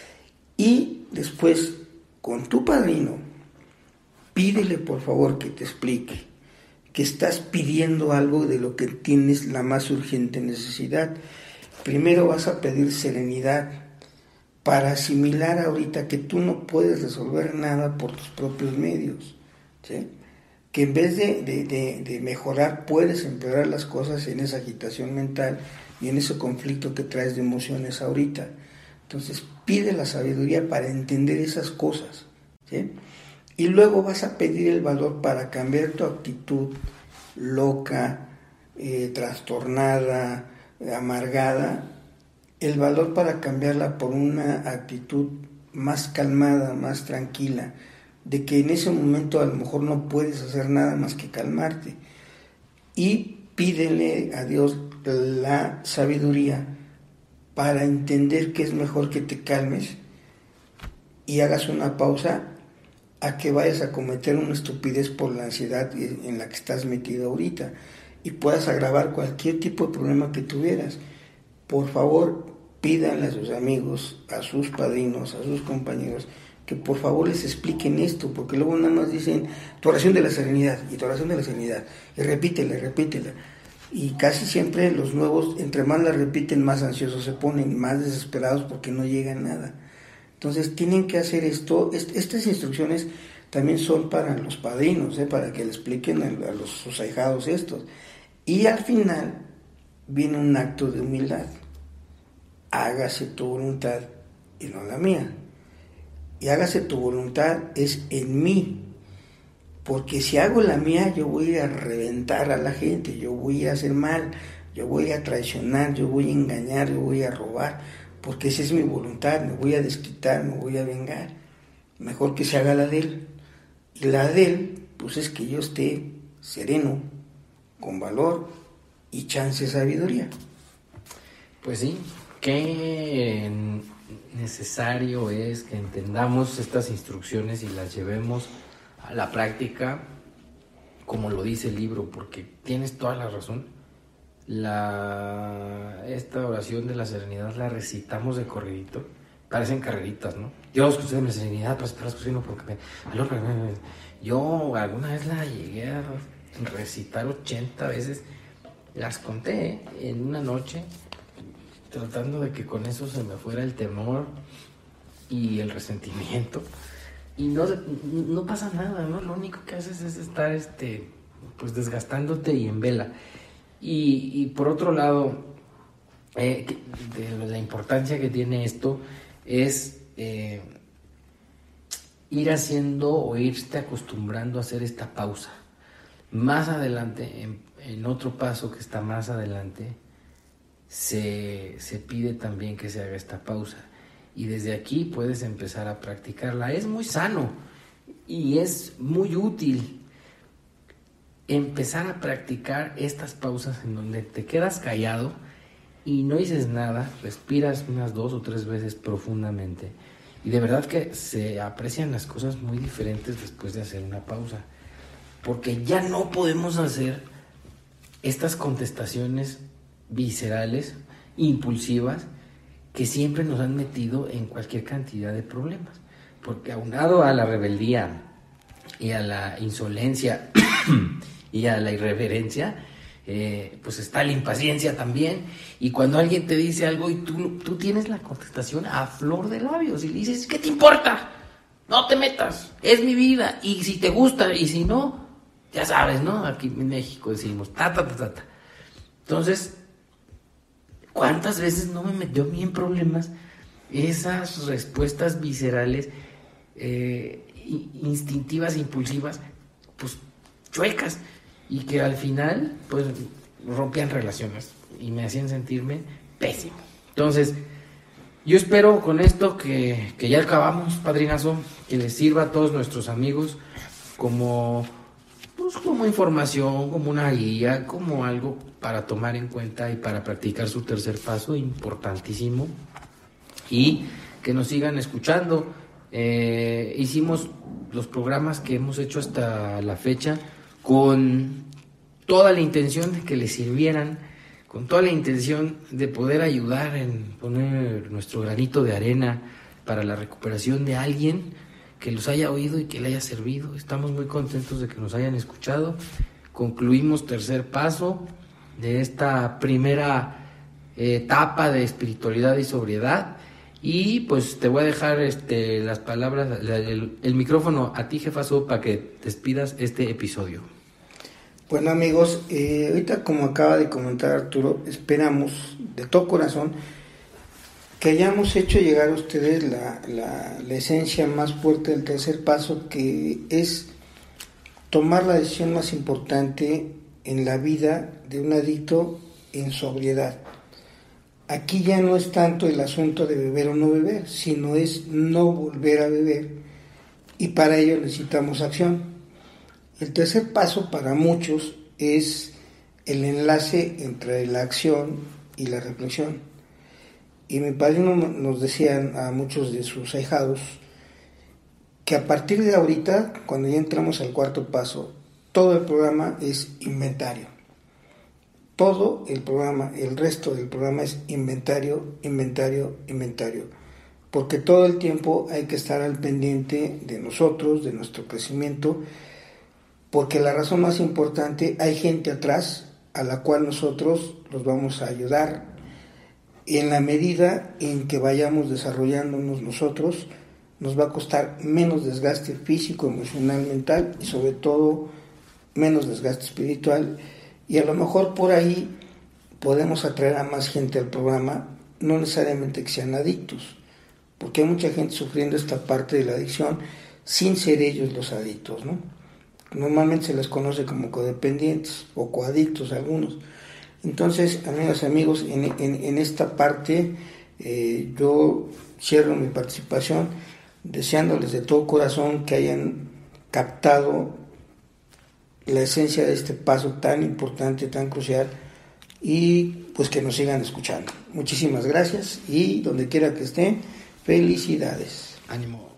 Y después, con tu padrino, pídele por favor que te explique que estás pidiendo algo de lo que tienes la más urgente necesidad. Primero vas a pedir serenidad para asimilar ahorita que tú no puedes resolver nada por tus propios medios, ¿sí? Que en vez de mejorar, puedes empeorar las cosas en esa agitación mental y en ese conflicto que traes de emociones ahorita. Entonces pide la sabiduría para entender esas cosas, ¿sí? Y luego vas a pedir el valor para cambiar tu actitud loca, trastornada, amargada, el valor para cambiarla por una actitud más calmada, más tranquila, de que en ese momento a lo mejor no puedes hacer nada más que calmarte. Y pídele a Dios la sabiduría para entender que es mejor que te calmes y hagas una pausa a que vayas a cometer una estupidez por la ansiedad en la que estás metido ahorita y puedas agravar cualquier tipo de problema que tuvieras. Por favor, pídanle a sus amigos, a sus padrinos, a sus compañeros, que por favor les expliquen esto, porque luego nada más dicen tu oración de la serenidad y tu oración de la serenidad, y repítela. Y casi siempre los nuevos, entre más la repiten, más ansiosos se ponen, más desesperados porque no llega nada. Entonces tienen que hacer esto. Estas instrucciones también son para los padrinos, para que le expliquen a sus ahijados estos. Y al final viene un acto de humildad. Hágase tu voluntad y no la mía. Y hágase tu voluntad es en mí. Porque si hago la mía, yo voy a reventar a la gente, yo voy a hacer mal, yo voy a traicionar, yo voy a engañar, yo voy a robar, porque esa es mi voluntad, me voy a desquitar, me voy a vengar. Mejor que se haga la de él. Y la de él, pues es que yo esté sereno, con valor y chance de sabiduría. Pues sí, qué necesario es que entendamos estas instrucciones y las llevemos a la práctica, como lo dice el libro, porque tienes toda la razón. Esta oración de la serenidad la recitamos de corridito, parecen carreritas, ¿no? Dios, concédeme serenidad para aceptar las cosas, porque yo alguna vez la llegué a recitar 80 veces, las conté en una noche, tratando de que con eso se me fuera el temor y el resentimiento. Y no pasa nada, ¿no? Lo único que haces es estar pues desgastándote y en vela. Y por otro lado, de la importancia que tiene esto es ir haciendo o irte acostumbrando a hacer esta pausa. Más adelante, en otro paso que está más adelante, se pide también que se haga esta pausa. Y desde aquí puedes empezar a practicarla. Es muy sano y es muy útil empezar a practicar estas pausas en donde te quedas callado y no dices nada, respiras unas 2 o 3 veces profundamente. Y de verdad que se aprecian las cosas muy diferentes después de hacer una pausa. Porque ya no podemos hacer estas contestaciones viscerales, impulsivas, que siempre nos han metido en cualquier cantidad de problemas. Porque aunado a la rebeldía y a la insolencia y a la irreverencia, pues está la impaciencia también. Y cuando alguien te dice algo y tú tienes la contestación a flor de labios y le dices, ¿qué te importa? No te metas, es mi vida, y si te gusta y si no, ya sabes, ¿no? Aquí en México decimos ta. Entonces, ¿cuántas veces no me metió a mí en problemas esas respuestas viscerales, instintivas, impulsivas, pues chuecas, y que al final pues rompían relaciones y me hacían sentirme pésimo? Entonces, yo espero con esto que ya acabamos, padrinazo, que les sirva a todos nuestros amigos como información, como una guía, como algo para tomar en cuenta y para practicar su tercer paso, importantísimo. Y que nos sigan escuchando. Hicimos los programas que hemos hecho hasta la fecha con toda la intención de que les sirvieran, con toda la intención de poder ayudar en poner nuestro granito de arena para la recuperación de alguien que los haya oído y que le haya servido. Estamos muy contentos de que nos hayan escuchado. Concluimos tercer paso de esta primera etapa de espiritualidad y sobriedad. Y pues te voy a dejar las palabras, el micrófono a ti, jefazo, para que despidas este episodio. Bueno, amigos, ahorita, como acaba de comentar Arturo, esperamos de todo corazón que hayamos hecho llegar a ustedes la esencia más fuerte del tercer paso, que es tomar la decisión más importante en la vida de un adicto en sobriedad. Aquí ya no es tanto el asunto de beber o no beber, sino es no volver a beber, y para ello necesitamos acción. El tercer paso para muchos es el enlace entre la acción y la reflexión. Y mi padrino nos decían a muchos de sus ahijados que a partir de ahorita, cuando ya entramos al cuarto paso, todo el programa es inventario. Todo el programa, el resto del programa es inventario, porque todo el tiempo hay que estar al pendiente de nosotros, de nuestro crecimiento, porque la razón más importante, hay gente atrás a la cual nosotros los vamos a ayudar. Y en la medida en que vayamos desarrollándonos nosotros, nos va a costar menos desgaste físico, emocional, mental y sobre todo menos desgaste espiritual. Y a lo mejor por ahí podemos atraer a más gente al programa, no necesariamente que sean adictos, porque hay mucha gente sufriendo esta parte de la adicción sin ser ellos los adictos, ¿no? Normalmente se les conoce como codependientes o coadictos algunos. Entonces, amigas y amigos, en esta parte yo cierro mi participación deseándoles de todo corazón que hayan captado la esencia de este paso tan importante, tan crucial, y pues que nos sigan escuchando. Muchísimas gracias y donde quiera que estén, felicidades. Ánimo.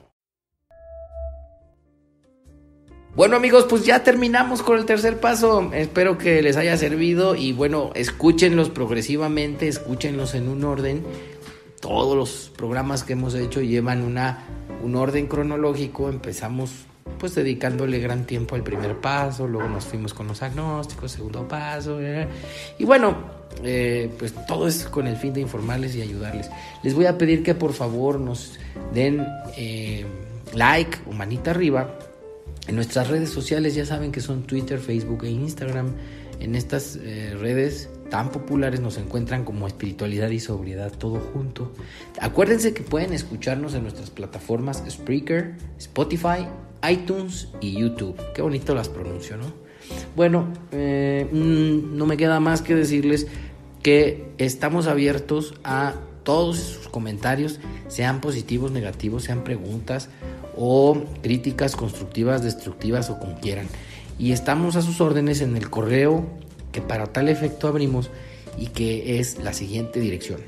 Bueno, amigos, pues ya terminamos con el tercer paso. Espero que les haya servido y bueno, escúchenlos progresivamente, escúchenlos en un orden. Todos los programas que hemos hecho llevan un orden cronológico. Empezamos pues dedicándole gran tiempo al primer paso, luego nos fuimos con los agnósticos, segundo paso, y bueno, pues todo es con el fin de informarles y ayudarles. Les voy a pedir que por favor nos den like o manita arriba en nuestras redes sociales. Ya saben que son Twitter, Facebook e Instagram. En estas redes tan populares nos encuentran como Espiritualidad y Sobriedad, todo junto. Acuérdense que pueden escucharnos en nuestras plataformas Spreaker, Spotify, iTunes y YouTube. Qué bonito las pronuncio, ¿no? Bueno, no me queda más que decirles que estamos abiertos a todos sus comentarios, sean positivos, negativos, sean preguntas o críticas constructivas, destructivas o como quieran. Y estamos a sus órdenes en el correo que para tal efecto abrimos y que es la siguiente dirección: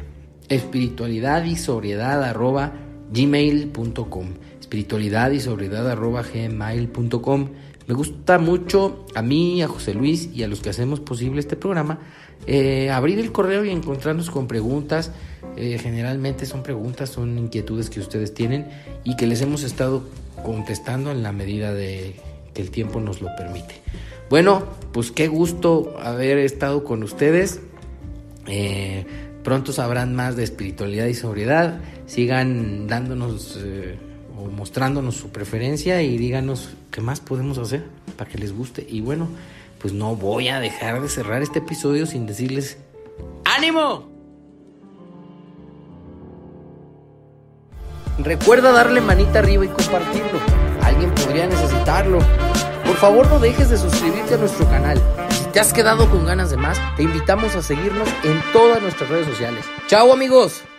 espiritualidadysobriedad@gmail.com. espiritualidadysobriedad@gmail.com. Me gusta mucho a mí, a José Luis y a los que hacemos posible este programa abrir el correo y encontrarnos con preguntas. Generalmente son preguntas, son inquietudes que ustedes tienen y que les hemos estado contestando en la medida de que el tiempo nos lo permite. Bueno, pues qué gusto haber estado con ustedes. Pronto sabrán más de espiritualidad y sobriedad. Sigan dándonos o mostrándonos su preferencia y díganos qué más podemos hacer para que les guste. Y bueno, pues no voy a dejar de cerrar este episodio sin decirles ¡ánimo! Recuerda darle manita arriba y compartirlo. Alguien podría necesitarlo. Por favor, no dejes de suscribirte a nuestro canal. Si te has quedado con ganas de más, te invitamos a seguirnos en todas nuestras redes sociales. ¡Chao, amigos!